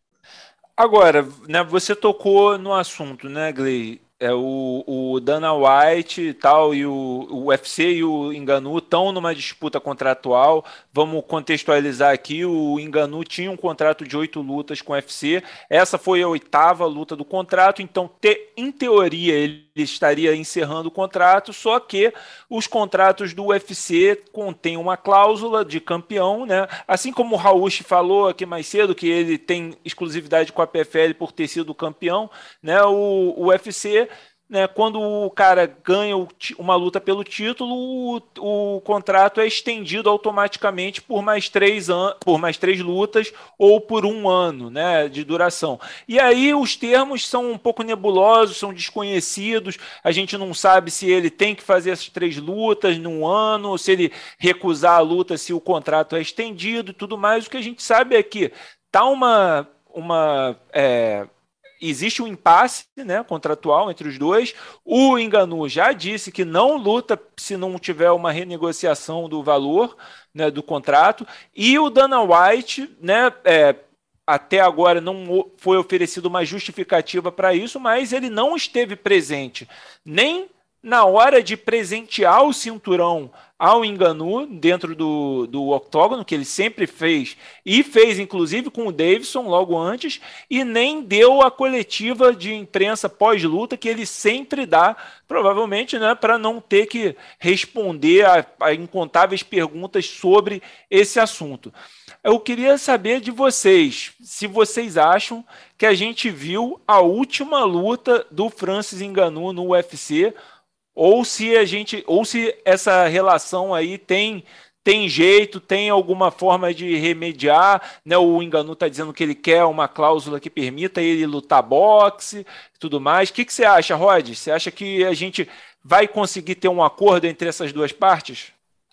C: Agora, né, você tocou no assunto, né, Gley? É, o, o Dana White e tal, e o, o U F C e o Ngannou estão numa disputa contratual. Vamos contextualizar aqui: o Ngannou tinha um contrato de oito lutas com o U F C. Essa foi a oitava luta do contrato, então, te, em teoria, ele estaria encerrando o contrato, só que os contratos do U F C contêm uma cláusula de campeão, né? Assim como o Rauch falou aqui mais cedo, que ele tem exclusividade com a P F L por ter sido campeão, né? O, o U F C, né, quando o cara ganha o, uma luta pelo título, o, o contrato é estendido automaticamente por mais três an- por mais três lutas ou por um ano, né, de duração. E aí os termos são um pouco nebulosos, são desconhecidos, a gente não sabe se ele tem que fazer essas três lutas num ano, ou se ele recusar a luta se o contrato é estendido e tudo mais. O que a gente sabe é que tá uma... uma é, existe um impasse, né, contratual entre os dois. O Ngannou já disse que não luta se não tiver uma renegociação do valor, né, do contrato. E o Dana White, né, é, até agora não foi oferecida uma justificativa para isso, mas ele não esteve presente nem na hora de presentear o cinturão ao Ngannou dentro do, do octógono, que ele sempre fez, e fez inclusive com o Davidson logo antes, e nem deu a coletiva de imprensa pós-luta que ele sempre dá, provavelmente, né, para não ter que responder a, a incontáveis perguntas sobre esse assunto. Eu queria saber de vocês, se vocês acham que a gente viu a última luta do Francis Ngannou no U F C, ou se a gente, ou se essa relação aí tem tem jeito, tem alguma forma de remediar, né? O Ngannou está dizendo que ele quer uma cláusula que permita ele lutar boxe e tudo mais. O que, que você acha, Rod? Você acha que a gente vai conseguir ter um acordo entre essas duas partes?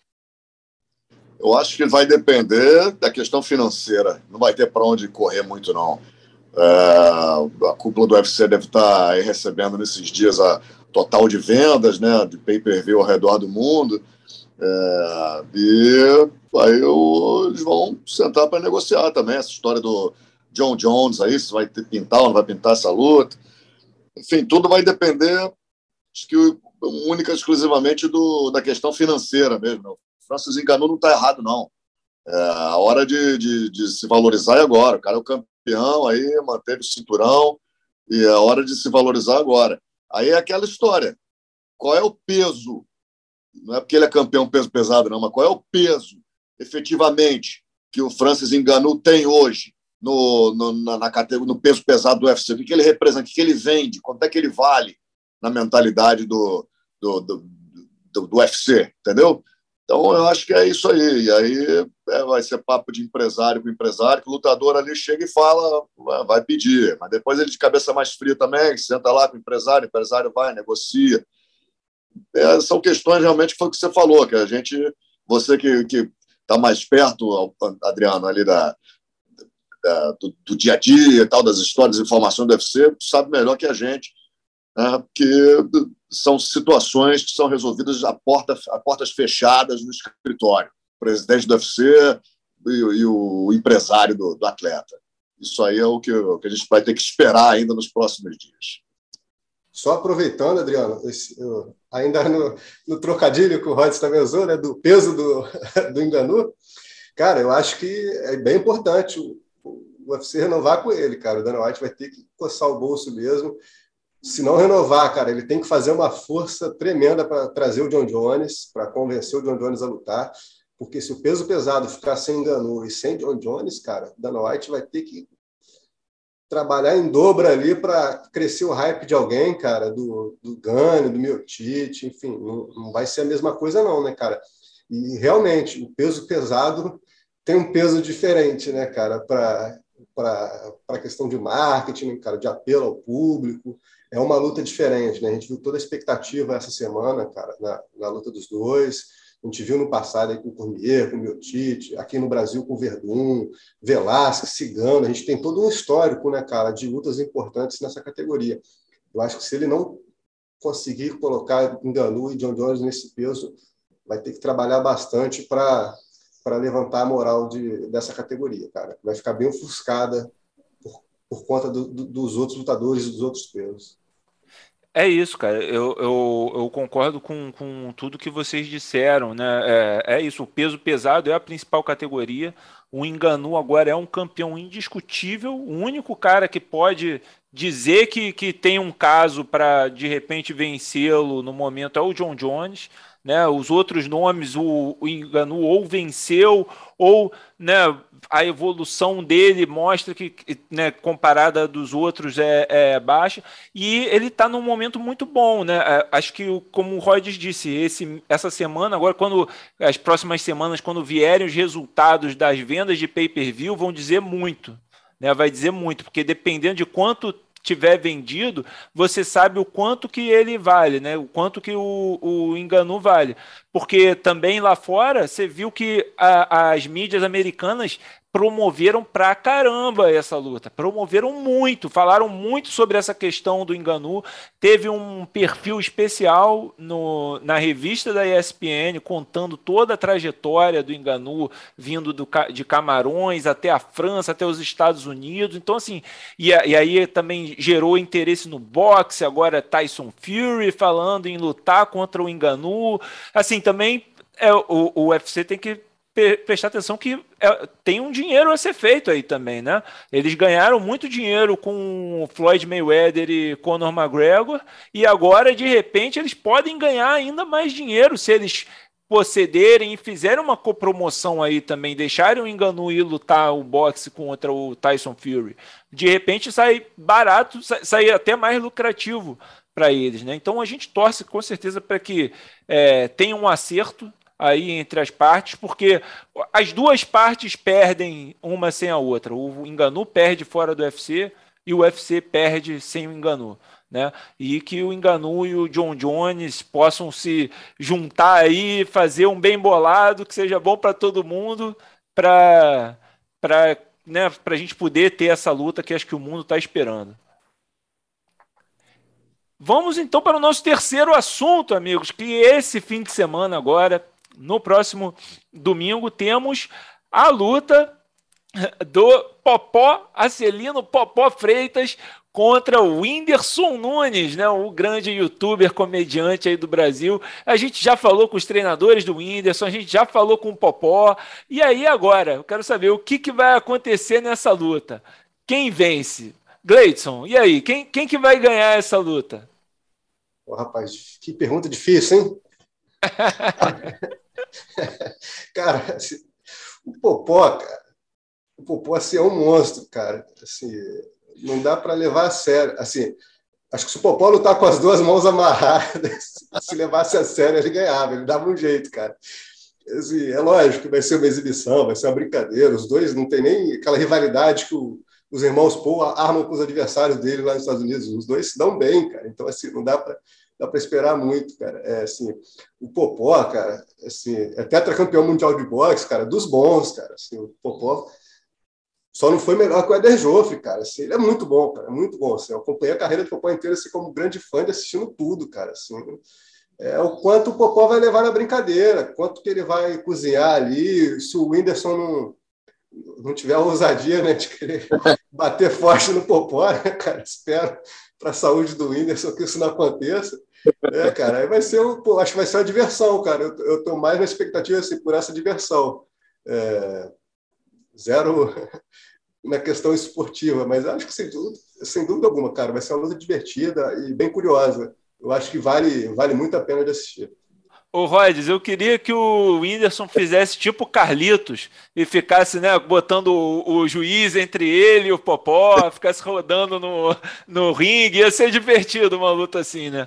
D: Eu acho que vai depender da questão financeira. Não vai ter para onde correr muito, não. É, a cúpula do U F C deve estar aí recebendo nesses dias a total de vendas, né, de pay-per-view ao redor do mundo. É, e aí eu, eles vão sentar para negociar também essa história do John Jones aí, se vai ter, pintar ou não vai pintar essa luta. Enfim, tudo vai depender, acho que única e exclusivamente do, da questão financeira mesmo. O Francis Ngannou não está errado, não. É, a hora de, de, de se valorizar é agora. O cara é o campeão, aí manteve o cinturão, e é a hora de se valorizar agora. Aí é aquela história. Qual é o peso? Não é porque ele é campeão peso pesado, não, mas qual é o peso, efetivamente, que o Francis Ngannou tem hoje no, no, na, na categoria, no peso pesado do U F C? O que, que ele representa? O que, que ele vende? Quanto é que ele vale na mentalidade do, do, do, do, do U F C? Entendeu? Então, eu acho que é isso aí. E aí é, vai ser papo de empresário com empresário, que o lutador ali chega e fala, vai pedir. Mas depois ele de cabeça mais fria também, senta lá com o empresário, o empresário vai, negocia. É, são questões realmente que foi o que você falou, que a gente, você que está mais perto, Adriano, ali da, da, do, do dia a dia e tal, das histórias e informações do U F C, sabe melhor que a gente, né, que são situações que são resolvidas a, porta, a portas fechadas no escritório. O presidente do U F C e, e o empresário do, do atleta. Isso aí é o que, o que a gente vai ter que esperar ainda nos próximos dias.
E: Só aproveitando, Adriano, esse, eu, ainda no, no trocadilho que o Rhodes também usou, né, do peso do, do Ngannou, cara, eu acho que é bem importante o, o U F C renovar com ele, cara. O Dana White vai ter que coçar o bolso mesmo. Se não renovar, cara, ele tem que fazer uma força tremenda para trazer o John Jones, para convencer o John Jones a lutar, porque se o peso pesado ficar sem Ngannou e sem John Jones, cara, o Dana White vai ter que trabalhar em dobro ali para crescer o hype de alguém, cara, do, do Gane, do Miocic, enfim, não, não vai ser a mesma coisa não, né, cara? E realmente, o peso pesado tem um peso diferente, né, cara, para para a questão de marketing, cara, de apelo ao público. É uma luta diferente, né? A gente viu toda a expectativa essa semana, cara, na, na luta dos dois. A gente viu no passado aí com o Cormier, com o Miocic, aqui no Brasil com o Verdun, Velasquez, Cigano. A gente tem todo um histórico, né, cara, de lutas importantes nessa categoria. Eu acho que se ele não conseguir colocar Ngannou e John Jones nesse peso, vai ter que trabalhar bastante para para levantar a moral de, dessa categoria, cara. Vai ficar bem ofuscada por, por conta do, do, dos outros lutadores e dos outros pesos.
C: É isso, cara. Eu, eu, eu concordo com, com tudo que vocês disseram, né? É, é isso, o peso pesado é a principal categoria. O Ngannou agora é um campeão indiscutível, o único cara que pode dizer que, que tem um caso para, de repente, vencê-lo no momento é o John Jones. Né, os outros nomes, o, o Ngannou ou venceu, ou, né, a evolução dele mostra que, né, comparada dos outros, é, é baixa, e ele está num momento muito bom. Né? Acho que, como o Rhodes disse, esse, essa semana, agora, quando as próximas semanas, quando vierem os resultados das vendas de pay-per-view, vão dizer muito. Né? Vai dizer muito, porque dependendo de quanto tiver vendido, você sabe o quanto que ele vale, né? O quanto que o, o Ngannou vale. Porque também lá fora, você viu que a, as mídias americanas promoveram pra caramba essa luta, promoveram muito, falaram muito sobre essa questão do Ngannou. Teve um perfil especial no, na revista da E S P N contando toda a trajetória do Ngannou, vindo do, de Camarões até a França, até os Estados Unidos. Então, assim, e, e aí também gerou interesse no boxe. Agora Tyson Fury falando em lutar contra o Ngannou. Assim, também é, o, o U F C tem que prestar atenção que é, tem um dinheiro a ser feito aí também, né? Eles ganharam muito dinheiro com Floyd Mayweather e Conor McGregor, e agora, de repente, eles podem ganhar ainda mais dinheiro se eles procederem e fizerem uma copromoção aí também, deixarem o Ngannou ir lutar o boxe contra o Tyson Fury. De repente, sai barato, sai, sai até mais lucrativo para eles, né? Então, a gente torce com certeza para que é, tenha um acerto aí entre as partes, porque as duas partes perdem uma sem a outra. O Ngannou perde fora do U F C e o U F C perde sem o Ngannou, né? E que o Ngannou e o John Jones possam se juntar aí, fazer um bem bolado que seja bom para todo mundo, para para né, para a gente poder ter essa luta que acho que o mundo está esperando. Vamos então para o nosso terceiro assunto, amigos, que esse fim de semana agora, no próximo domingo, temos a luta do Popó, Acelino Popó Freitas contra o Whindersson Nunes, né, o grande youtuber, comediante aí do Brasil. A gente já falou com os treinadores do Whindersson, a gente já falou com o Popó. E aí agora, eu quero saber o que, que vai acontecer nessa luta. Quem vence? Gleidson, e aí? Quem, quem que vai ganhar essa luta?
E: Pô, rapaz, que pergunta difícil, hein? Cara, assim, o Popó, cara, o Popó assim, é um monstro, cara. Assim, não dá para levar a sério. Assim, acho que se o Popó lutar com as duas mãos amarradas, se levasse a sério, ele ganhava, ele dava um jeito, cara. Assim, é lógico que vai ser uma exibição, vai ser uma brincadeira. Os dois não tem nem aquela rivalidade que o, os irmãos Paul armam com os adversários dele lá nos Estados Unidos. Os dois se dão bem, cara. Então, assim, não dá para dá para esperar muito, cara. É, assim, o Popó, cara, assim, é tetracampeão mundial de boxe, cara, dos bons, cara. Assim, o Popó só não foi melhor que o Éder Joffre, cara. Assim, ele é muito bom, cara, é muito bom. Assim, eu acompanhei a carreira do Popó inteira assim, como grande fã de assistindo tudo, cara. Assim, é, o quanto o Popó vai levar na brincadeira, quanto que ele vai cozinhar ali, se o Whindersson não, não tiver a ousadia, né, de querer bater forte no Popó, né, cara, espero para a saúde do Whindersson que isso não aconteça. É, cara, aí vai ser, pô, acho que vai ser uma diversão, cara. Eu, eu tô mais na expectativa, assim, por essa diversão. É, zero na questão esportiva, mas acho que sem dúvida, sem dúvida alguma, cara, vai ser uma luta divertida e bem curiosa. Eu acho que vale, vale muito a pena de assistir.
C: Ô, Rhodes, eu queria que o Whindersson fizesse tipo Carlitos e ficasse, né, botando o, o juiz entre ele e o Popó, ficasse rodando no, no ringue. Ia ser divertido uma luta assim, né?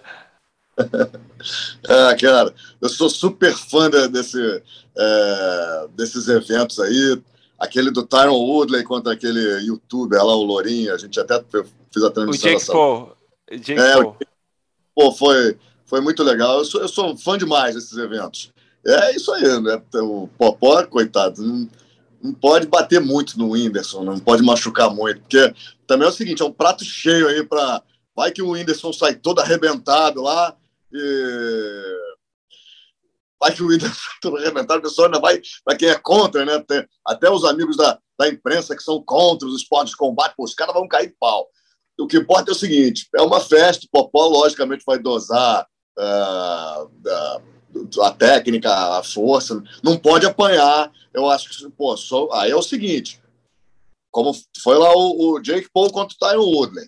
D: É, cara, eu sou super fã de, desse, é, desses eventos aí. Aquele do Tyron Woodley contra aquele youtuber lá, o Lourinho, a gente até fez a transmissão.
C: O Jake Paul. Jake
D: é,
C: Paul.
D: Pô, foi, foi muito legal. Eu sou, eu sou fã demais desses eventos. É isso aí, né? O Popó, coitado, não, não pode bater muito no Whindersson, não pode machucar muito, porque também é o seguinte, é um prato cheio aí para... Vai que o Whindersson sai todo arrebentado lá e... Vai que o Whindersson sai todo arrebentado, o pessoal ainda vai, para quem é contra, né? Até, até os amigos da, da imprensa que são contra os esportes de combate, pô, os caras vão cair de pau. O que importa é o seguinte, é uma festa, o Popó logicamente vai dosar uh, uh, a técnica, a força, não pode apanhar. Eu acho que, pô, só, aí é o seguinte, como foi lá o, o Jake Paul contra o Tyron Woodley.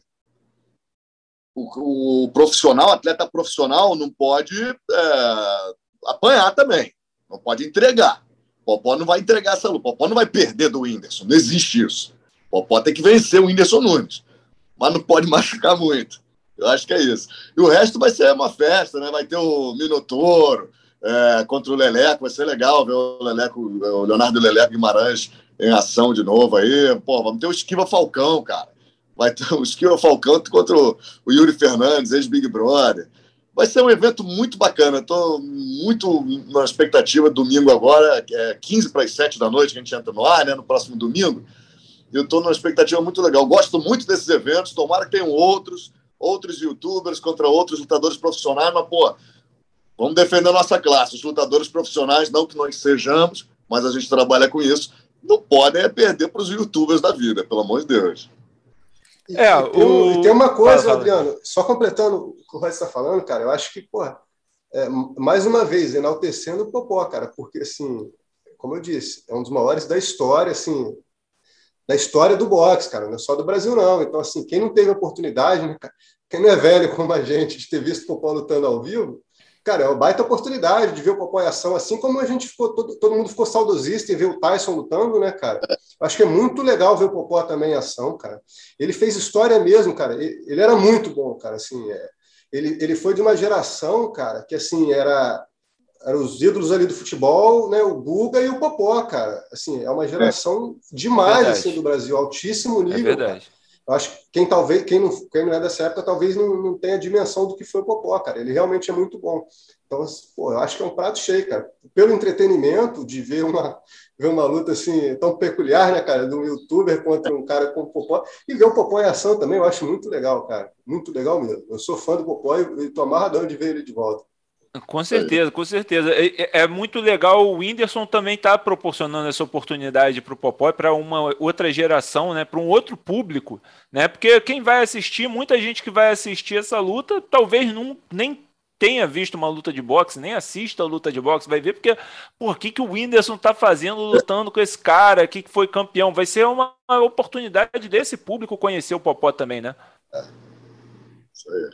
D: O, o profissional, atleta profissional, não pode é, apanhar também, não pode entregar. O Popó não vai entregar essa luta, o Popó não vai perder do Whindersson, não existe isso. O Popó tem que vencer o Whindersson Nunes, mas não pode machucar muito. Eu acho que é isso. E o resto vai ser uma festa, né? Vai ter o Minotouro é, contra o Leleco, vai ser legal ver o, Leleco, o Leonardo Leleco Guimarães em ação de novo aí. Pô, vamos ter o Esquiva Falcão, cara. Vai ter o Esquiva Falcão contra o, o Yuri Fernandes, ex-Big Brother. Vai ser um evento muito bacana. Estou muito na expectativa. Domingo agora, é quinze para as sete da noite, que a gente entra no ar, né? No próximo domingo. Eu estou numa expectativa muito legal. Gosto muito desses eventos. Tomara que tenham outros, outros youtubers contra outros lutadores profissionais. Mas, pô, vamos defender a nossa classe. Os lutadores profissionais, não que nós sejamos, mas a gente trabalha com isso, não podem é perder para os youtubers da vida, pelo amor de Deus.
E: E, é, e, tem, o... e tem uma coisa, fala, Adriano, fala. Só completando o que o Royce está falando, cara, eu acho que, porra, é, mais uma vez, enaltecendo o Popó, cara, porque, assim, como eu disse, é um dos maiores da história, assim, da história do boxe, cara, não é só do Brasil, não. Então, assim, quem não teve oportunidade, né, quem não é velho como a gente, de ter visto o Popó lutando ao vivo, cara, é uma baita oportunidade de ver o Popó em ação, assim como a gente ficou, todo, todo mundo ficou saudosista em ver o Tyson lutando, né, cara? Acho que é muito legal ver o Popó também em ação, cara. Ele fez história mesmo, cara. Ele, ele era muito bom, cara, assim, é, ele, ele foi de uma geração, cara, que, assim, era, era os ídolos ali do futebol, né, o Guga e o Popó, cara. Assim, é uma geração é. demais, verdade. Assim, do Brasil, altíssimo nível, é verdade. Cara. Eu acho que quem, talvez, quem, não, quem não é dessa época talvez não, não tenha a dimensão do que foi o Popó, cara. Ele realmente é muito bom. Então, pô, eu acho que é um prato cheio, cara. Pelo entretenimento de ver uma, ver uma luta assim tão peculiar, né, cara, de um youtuber contra um cara como o Popó. E ver o Popó em ação também eu acho muito legal, cara. Muito legal mesmo. Eu sou fã do Popó e estou amarradão de ver ele de volta.
C: Com certeza, com certeza. É, é muito legal. O Whindersson também está proporcionando essa oportunidade para o Popó e para uma outra geração, né, para um outro público, né? Porque quem vai assistir, muita gente que vai assistir essa luta, talvez não, nem tenha visto uma luta de boxe, nem assista a luta de boxe, vai ver porque por que, que o Whindersson está fazendo lutando com esse cara aqui que foi campeão. Vai ser uma, uma oportunidade desse público conhecer o Popó também, né?
D: É. Isso aí.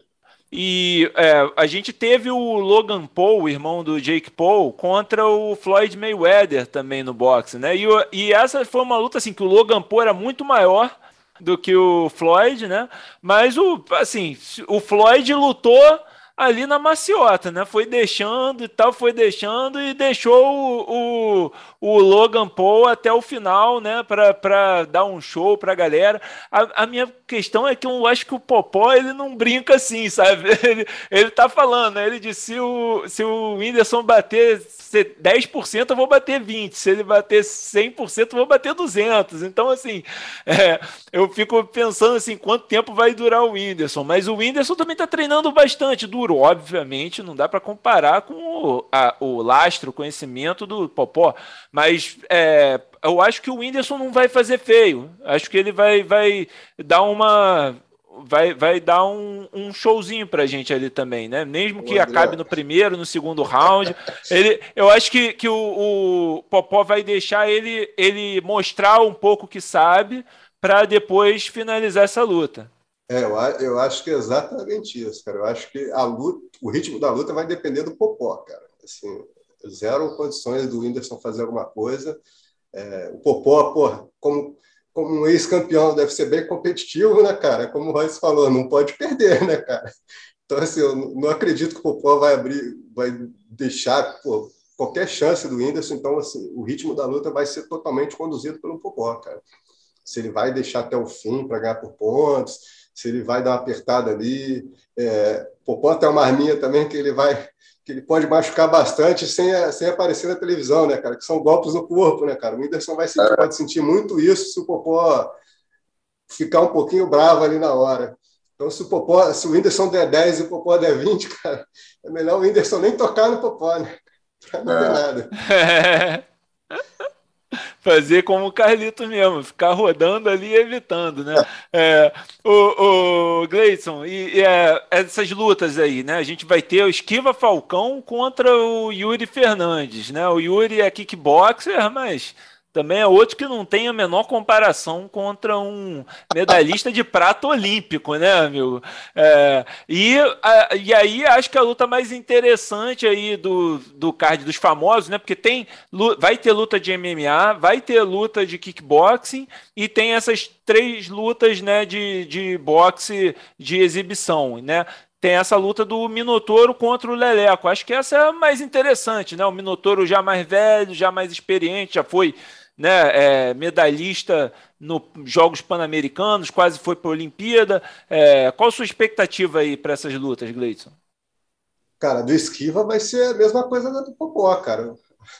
C: E é, a gente teve o Logan Paul, o irmão do Jake Paul, contra o Floyd Mayweather também no boxe, né? E, e essa foi uma luta assim que o Logan Paul era muito maior do que o Floyd, né? Mas o assim, o Floyd lutou ali na maciota, né? Foi deixando e tal, foi deixando e deixou o, o, o Logan Paul até o final, né? Para dar um show pra galera. A, a minha questão é que eu acho que o Popó, ele não brinca assim, sabe? Ele, ele tá falando, né? Ele disse, se o, se o Whindersson bater dez por cento, eu vou bater vinte por cento. Se ele bater cem por cento, eu vou bater duzentos por cento. Então, assim, é, eu fico pensando assim, quanto tempo vai durar o Whindersson. Mas o Whindersson também tá treinando bastante duro. Obviamente, não dá para comparar com o, a, o lastro, o conhecimento do Popó. Mas é, eu acho que o Whindersson não vai fazer feio. Acho que ele vai, vai dar uma... Vai, vai dar um, um showzinho pra gente ali também, né? Mesmo que acabe no primeiro, no segundo round. Ele, eu acho que, que o, o Popó vai deixar ele, ele mostrar um pouco o que sabe para depois finalizar essa luta.
E: É, eu, eu acho que é exatamente isso, cara. Eu acho que a luta, o ritmo da luta vai depender do Popó, cara. Assim, zero condições do Whindersson fazer alguma coisa. É, o Popó, porra, como... como um ex-campeão, deve ser bem competitivo, né, cara? Como o Royce falou, não pode perder, né, cara? Então, assim, eu não acredito que o Popó vai abrir, vai deixar pô, qualquer chance do Whindersson. Então, assim, o ritmo da luta vai ser totalmente conduzido pelo Popó, cara. Se ele vai deixar até o fim para ganhar por pontos, se ele vai dar uma apertada ali. É, o Popó tem uma arminha também que ele vai, que ele pode machucar bastante sem, sem aparecer na televisão, né, cara? Que são golpes no corpo, né, cara? O Whindersson vai sentir, pode sentir muito isso se o Popó ficar um pouquinho bravo ali na hora. Então, se o Popó, se o Whindersson der dez e o Popó der vinte, cara, é melhor o Whindersson nem tocar no Popó, né? Pra não ter nada.
C: Fazer como o Carlito mesmo, ficar rodando ali e evitando, né? É, o, o Gleison, e, e é, essas lutas aí, né? A gente vai ter o Esquiva Falcão contra o Yuri Fernandes, né? O Yuri é kickboxer, mas também é outro que não tem a menor comparação contra um medalhista de prata olímpico, né, amigo? É, e, a, e aí acho que a luta mais interessante aí do, do card dos famosos, né? Porque tem, vai ter luta de M M A, vai ter luta de kickboxing e tem essas três lutas, né, de, de boxe de exibição, né? Tem essa luta do Minotouro contra o Leleco. Acho que essa é a mais interessante, né? O Minotouro já mais velho, já mais experiente, já foi, né, é, medalhista nos Jogos Pan-Americanos, quase foi para a Olimpíada. É, qual a sua expectativa aí para essas lutas, Gleison?
E: Cara, do Esquiva vai ser a mesma coisa da do Popó, cara.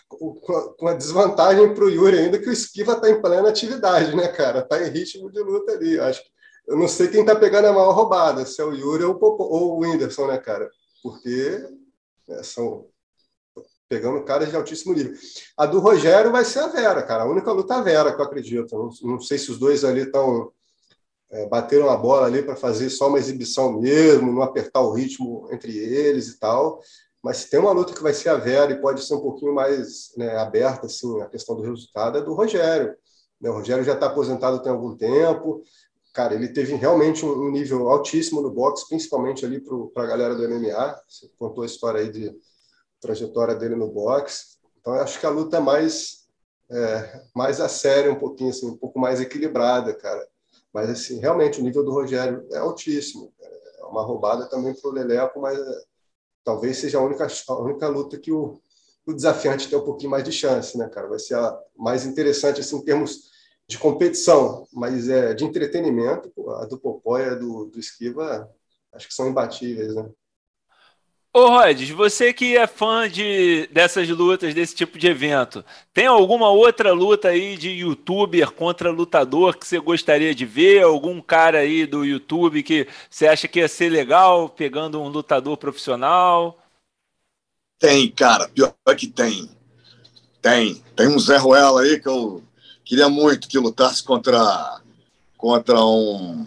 E: Com a desvantagem para o Yuri ainda que o Esquiva está em plena atividade, né, cara? Está em ritmo de luta ali. Acho que eu não sei quem está pegando a maior roubada, se é o Yuri ou o, Popó, ou o Whindersson, né, cara? Porque né, são pegando caras de altíssimo nível. A do Rogério vai ser a Vera, cara. A única luta é a Vera, que eu acredito. Não, não sei se os dois ali estão é, bateram a bola ali para fazer só uma exibição mesmo, não apertar o ritmo entre eles e tal. Mas se tem uma luta que vai ser a Vera e pode ser um pouquinho mais, né, aberta, assim, a questão do resultado, é do Rogério. Né, o Rogério já está aposentado tem algum tempo. Cara, ele teve realmente um, um nível altíssimo no boxe, principalmente ali para a galera do M M A. Você contou a história aí de trajetória dele no boxe. Então, eu acho que a luta é mais, é, mais a sério, um pouquinho, assim, um pouco mais equilibrada, cara. Mas, assim, realmente, o nível do Rogério é altíssimo. Cara. É uma roubada também para o Leleco, mas é, talvez seja a única, a única luta que o, o desafiante tem um pouquinho mais de chance, né, cara? Vai ser a mais interessante, assim, em termos de competição, mas é de entretenimento. A do Popó e a do, do Esquiva, acho que são imbatíveis, né?
C: Ô, Rods, você que é fã de, dessas lutas, desse tipo de evento, tem alguma outra luta aí de youtuber contra lutador que você gostaria de ver? Algum cara aí do YouTube que você acha que ia ser legal, pegando um lutador profissional?
D: Tem, cara, pior que tem. Tem. Tem um Zé Ruela aí que eu queria muito que lutasse contra, contra um...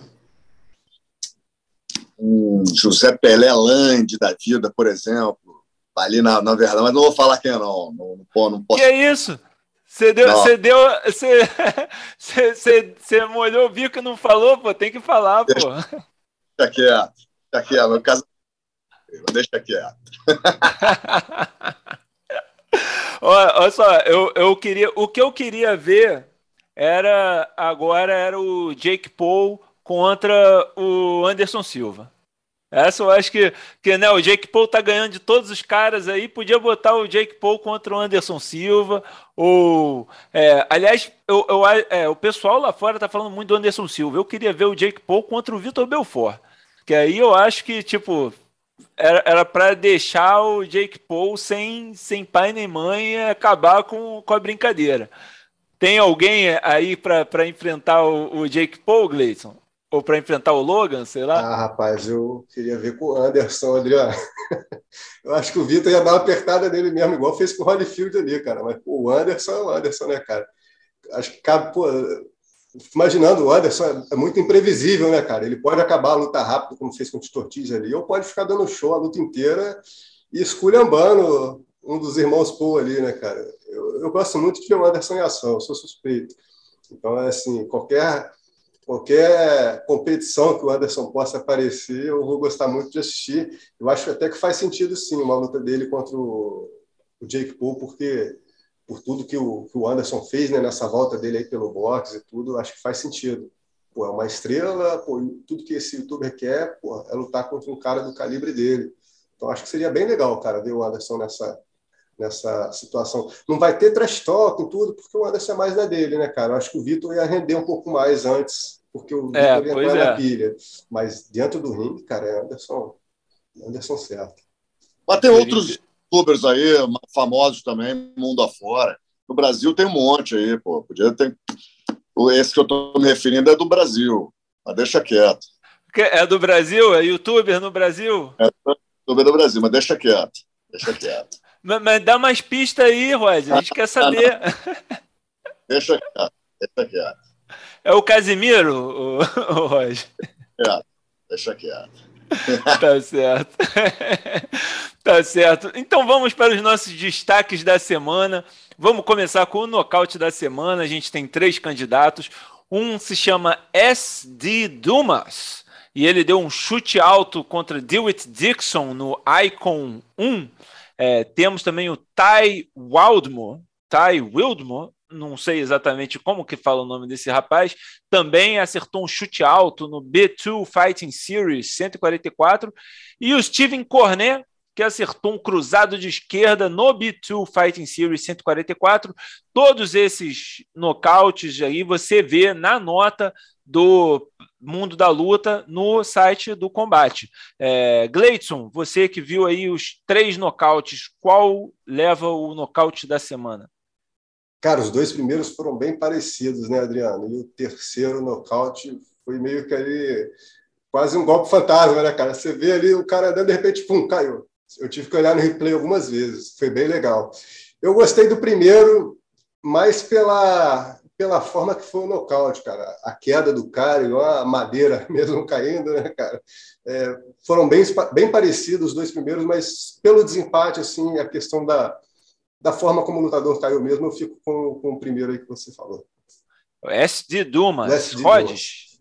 D: um José Pelé Lande da vida, por exemplo, ali na, na verdade, mas não vou falar quem é, não. Não, não, não posso.
C: Que é isso? Você deu, você deu, você, você, você, você molhou o bico e não falou, pô, tem que falar, pô.
D: Deixa quieto, deixa quieto, meu caso, deixa quieto.
C: Olha, olha só, eu, eu queria, o que eu queria ver era, agora era o Jake Paul contra o Anderson Silva. Essa eu acho que, que né, o Jake Paul tá ganhando de todos os caras aí, podia botar o Jake Paul contra o Anderson Silva, ou... É, aliás, eu, eu, é, o pessoal lá fora tá falando muito do Anderson Silva. Eu queria ver o Jake Paul contra o Vitor Belfort, que aí eu acho que, tipo, era, era para deixar o Jake Paul sem, sem pai nem mãe e acabar com, com a brincadeira. Tem alguém aí para enfrentar o, o Jake Paul, Gleison? Ou para enfrentar o Logan, sei lá?
E: Ah, rapaz, eu queria ver com o Anderson, Adriano. Eu acho que o Vitor ia dar uma apertada nele mesmo, igual fez com o Holyfield ali, cara. Mas pô, o Anderson é o Anderson, né, cara? Acho que cabe, pô, imaginando, o Anderson é muito imprevisível, né, cara? Ele pode acabar a luta rápido, como fez com o Tito Ortiz ali, ou pode ficar dando show a luta inteira e esculhambando um dos irmãos Paul ali, né, cara? Eu, eu gosto muito de ver o Anderson em ação, eu sou suspeito. Então, é assim, qualquer... Qualquer competição que o Anderson possa aparecer, eu vou gostar muito de assistir. Eu acho até que faz sentido, sim, uma luta dele contra o, o Jake Paul, porque por tudo que o, que o Anderson fez, né, nessa volta dele aí pelo boxe e tudo, acho que faz sentido. Pô, é uma estrela, pô, tudo que esse youtuber quer, pô, é lutar contra um cara do calibre dele. Então, acho que seria bem legal, cara, ver o Anderson nessa, nessa situação. Não vai ter trash talk e tudo, porque o Anderson é mais da dele, né, cara? Eu acho que o Vitor ia render um pouco mais antes, porque o
C: É,
E: Vitor
C: pois
E: entrou na
C: é.
E: pilha. Mas dentro do ringue, cara, é Anderson, Anderson certo.
D: Mas tem outros youtubers aí, famosos também, mundo afora. No Brasil tem um monte aí, pô. Podia ter... Esse que eu tô me referindo é do Brasil, mas deixa quieto.
C: É do Brasil? É youtuber no Brasil?
D: É youtuber do Brasil, mas deixa quieto. Deixa quieto.
C: Mas, mas dá mais pista aí, Rod, a gente quer saber.
D: Deixa quieto, deixa quieto.
C: É o Casimiro, o, o Rod?
D: Quieto, deixa quieto.
C: Tá certo. Tá certo. Então vamos para os nossos destaques da semana. Vamos começar com o nocaute da semana. A gente tem três candidatos. Um se chama S D Dumas e ele deu um chute alto contra Dewitt Dixon no Icon um. É, temos também o Ty Wildmore, Ty Wildmore, não sei exatamente como que fala o nome desse rapaz, também acertou um chute alto no B dois Fighting Series cento e quarenta e quatro, e o Steven Cornet, que acertou um cruzado de esquerda no B dois Fighting Series cento e quarenta e quatro. Todos esses nocautes aí você vê na nota do Mundo da Luta no site do Combate. É, Gleidson, você que viu aí os três nocautes, qual leva o nocaute da semana?
E: Cara, os dois primeiros foram bem parecidos, né, Adriano? E o terceiro nocaute foi meio que ali quase um golpe fantasma, né, cara? Você vê ali o cara dando, de repente, pum, caiu. Eu tive que olhar no replay algumas vezes, foi bem legal. Eu gostei do primeiro, mais pela, pela forma que foi o nocaute, cara. A queda do cara, igual a madeira mesmo caindo, né, cara? É, foram bem, bem parecidos os dois primeiros, mas pelo desempate, assim, a questão da, da forma como o lutador caiu mesmo, eu fico com, com o primeiro aí que você falou.
C: S D Dumas.
E: S D
C: Rhodes.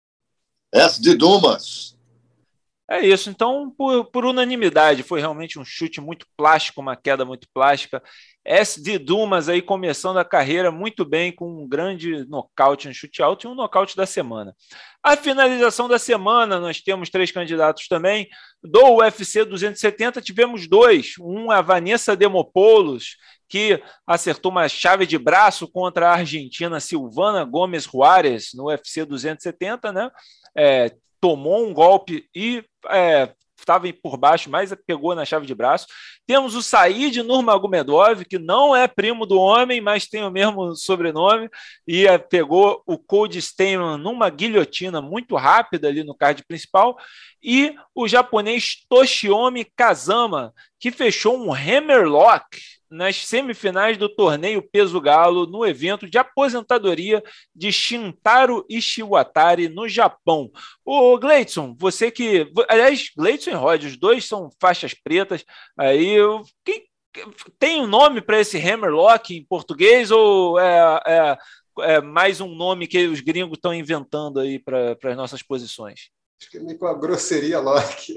D: S D Dumas.
C: É isso, então, por, por unanimidade, foi realmente um chute muito plástico, uma queda muito plástica. S D Dumas aí começando a carreira muito bem, com um grande nocaute, um chute alto e um nocaute da semana. A finalização da semana, nós temos três candidatos também. Do U F C duzentos e setenta, tivemos dois. Um, a Vanessa Demopoulos, que acertou uma chave de braço contra a argentina Silvana Gomes Juárez no U F C duzentos e setenta, né? É, tomou um golpe e estava é, por baixo, mas pegou na chave de braço. Temos o Said Nurmagomedov, que não é primo do homem, mas tem o mesmo sobrenome, e é, pegou o Cody Stamann numa guilhotina muito rápida ali no card principal, e o japonês Toshiomi Kazama, que fechou um hammerlock nas semifinais do torneio Peso Galo no evento de aposentadoria de Shintaro Ishiwatari no Japão. O Gleidson, você que... Aliás, Gleidson e Rod, os dois são faixas pretas. Aí, eu, quem, tem um nome para esse hammerlock em português ou é, é, é mais um nome que os gringos estão inventando aí para as nossas posições?
E: Acho que é meio com a grosseria lock.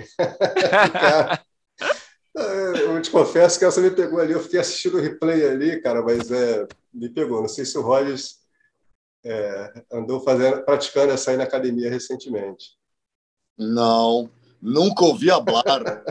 E: Eu te confesso que essa me pegou ali, eu fiquei assistindo o replay ali, cara, mas é, me pegou. Não sei se o Rogers é, andou fazendo, praticando essa aí na academia recentemente.
D: Não, nunca ouvi falar.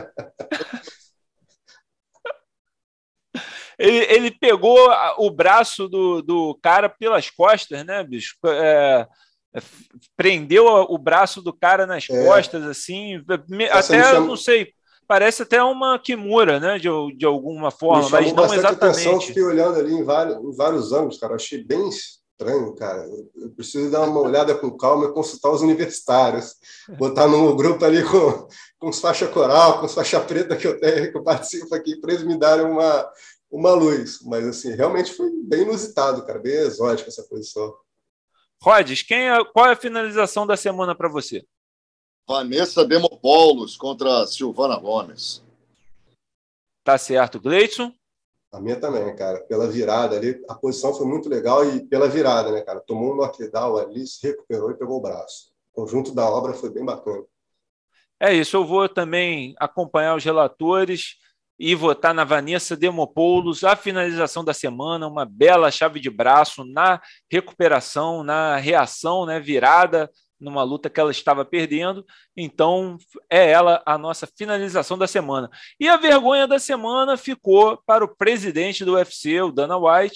C: ele, ele pegou o braço do, do cara pelas costas, né, bicho? É, prendeu o braço do cara nas é. costas, assim, essa até, eu não sei... Parece até uma Kimura, né? De, de alguma forma, mas não exatamente.
E: Atenção, fiquei olhando ali em vários, em vários ângulos, cara. Eu achei bem estranho, cara. Eu preciso dar uma olhada com calma e consultar os universitários. Botar num grupo ali com, com os faixa coral, com os faixa preta que eu tenho, que eu participo aqui, para eles me darem uma, uma luz. Mas, assim, realmente foi bem inusitado, cara. Bem exótica essa posição.
C: Rhodes, quem é, qual é a finalização da semana para você?
D: Vanessa Demopoulos contra Silvana Gomes.
C: Tá certo. Gleidson?
E: A minha também, cara. Pela virada ali, a posição foi muito legal e pela virada, né, cara? Tomou um knockdown ali, se recuperou e pegou o braço. O conjunto da obra foi bem bacana.
C: É isso, eu vou também acompanhar os relatores e votar na Vanessa Demopoulos, a finalização da semana, uma bela chave de braço na recuperação, na reação, né, virada, numa luta que ela estava perdendo, então é ela a nossa finalização da semana. E a vergonha da semana ficou para o presidente do U F C, o Dana White,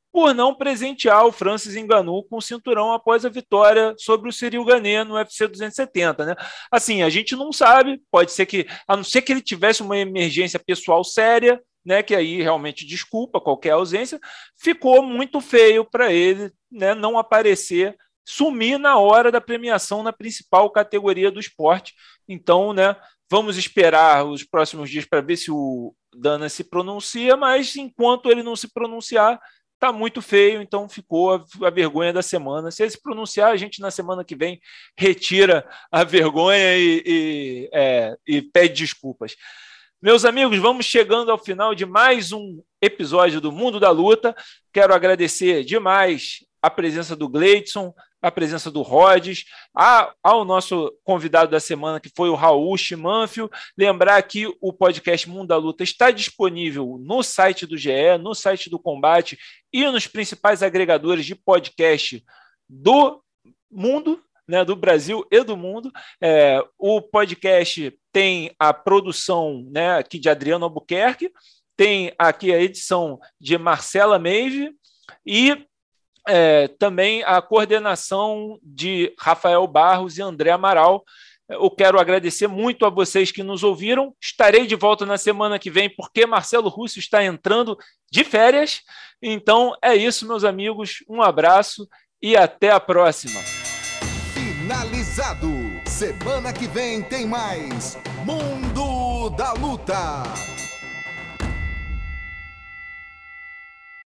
C: por não presentear o Francis Ngannou com o cinturão após a vitória sobre o Cyril Gane no U F C duzentos e setenta, né? Assim, a gente não sabe, pode ser que, a não ser que ele tivesse uma emergência pessoal séria, né, que aí realmente desculpa qualquer ausência, ficou muito feio para ele, né, não aparecer, sumir na hora da premiação na principal categoria do esporte. Então, né, vamos esperar os próximos dias para ver se o Dana se pronuncia, mas enquanto ele não se pronunciar, está muito feio, então ficou a, a vergonha da semana. Se ele se pronunciar, a gente na semana que vem retira a vergonha e, e, é, e pede desculpas. Meus amigos, vamos chegando ao final de mais um episódio do Mundo da Luta. Quero agradecer demais a presença do Gleidson, a presença do Rhodes, a, ao nosso convidado da semana, que foi o Raul Chimanfio. Lembrar que o podcast Mundo da Luta está disponível no site do G E, no site do Combate e nos principais agregadores de podcast do mundo, né, do Brasil e do mundo. É, o podcast tem a produção, né, aqui de Adriano Albuquerque, tem aqui a edição de Marcela Meive e é, também a coordenação de Rafael Barros e André Amaral. Eu quero agradecer muito a vocês que nos ouviram. Estarei de volta na semana que vem, porque Marcelo Russo está entrando de férias. Então é isso, meus amigos. Um abraço e até a próxima.
B: Finalizado. Semana que vem tem mais Mundo da Luta.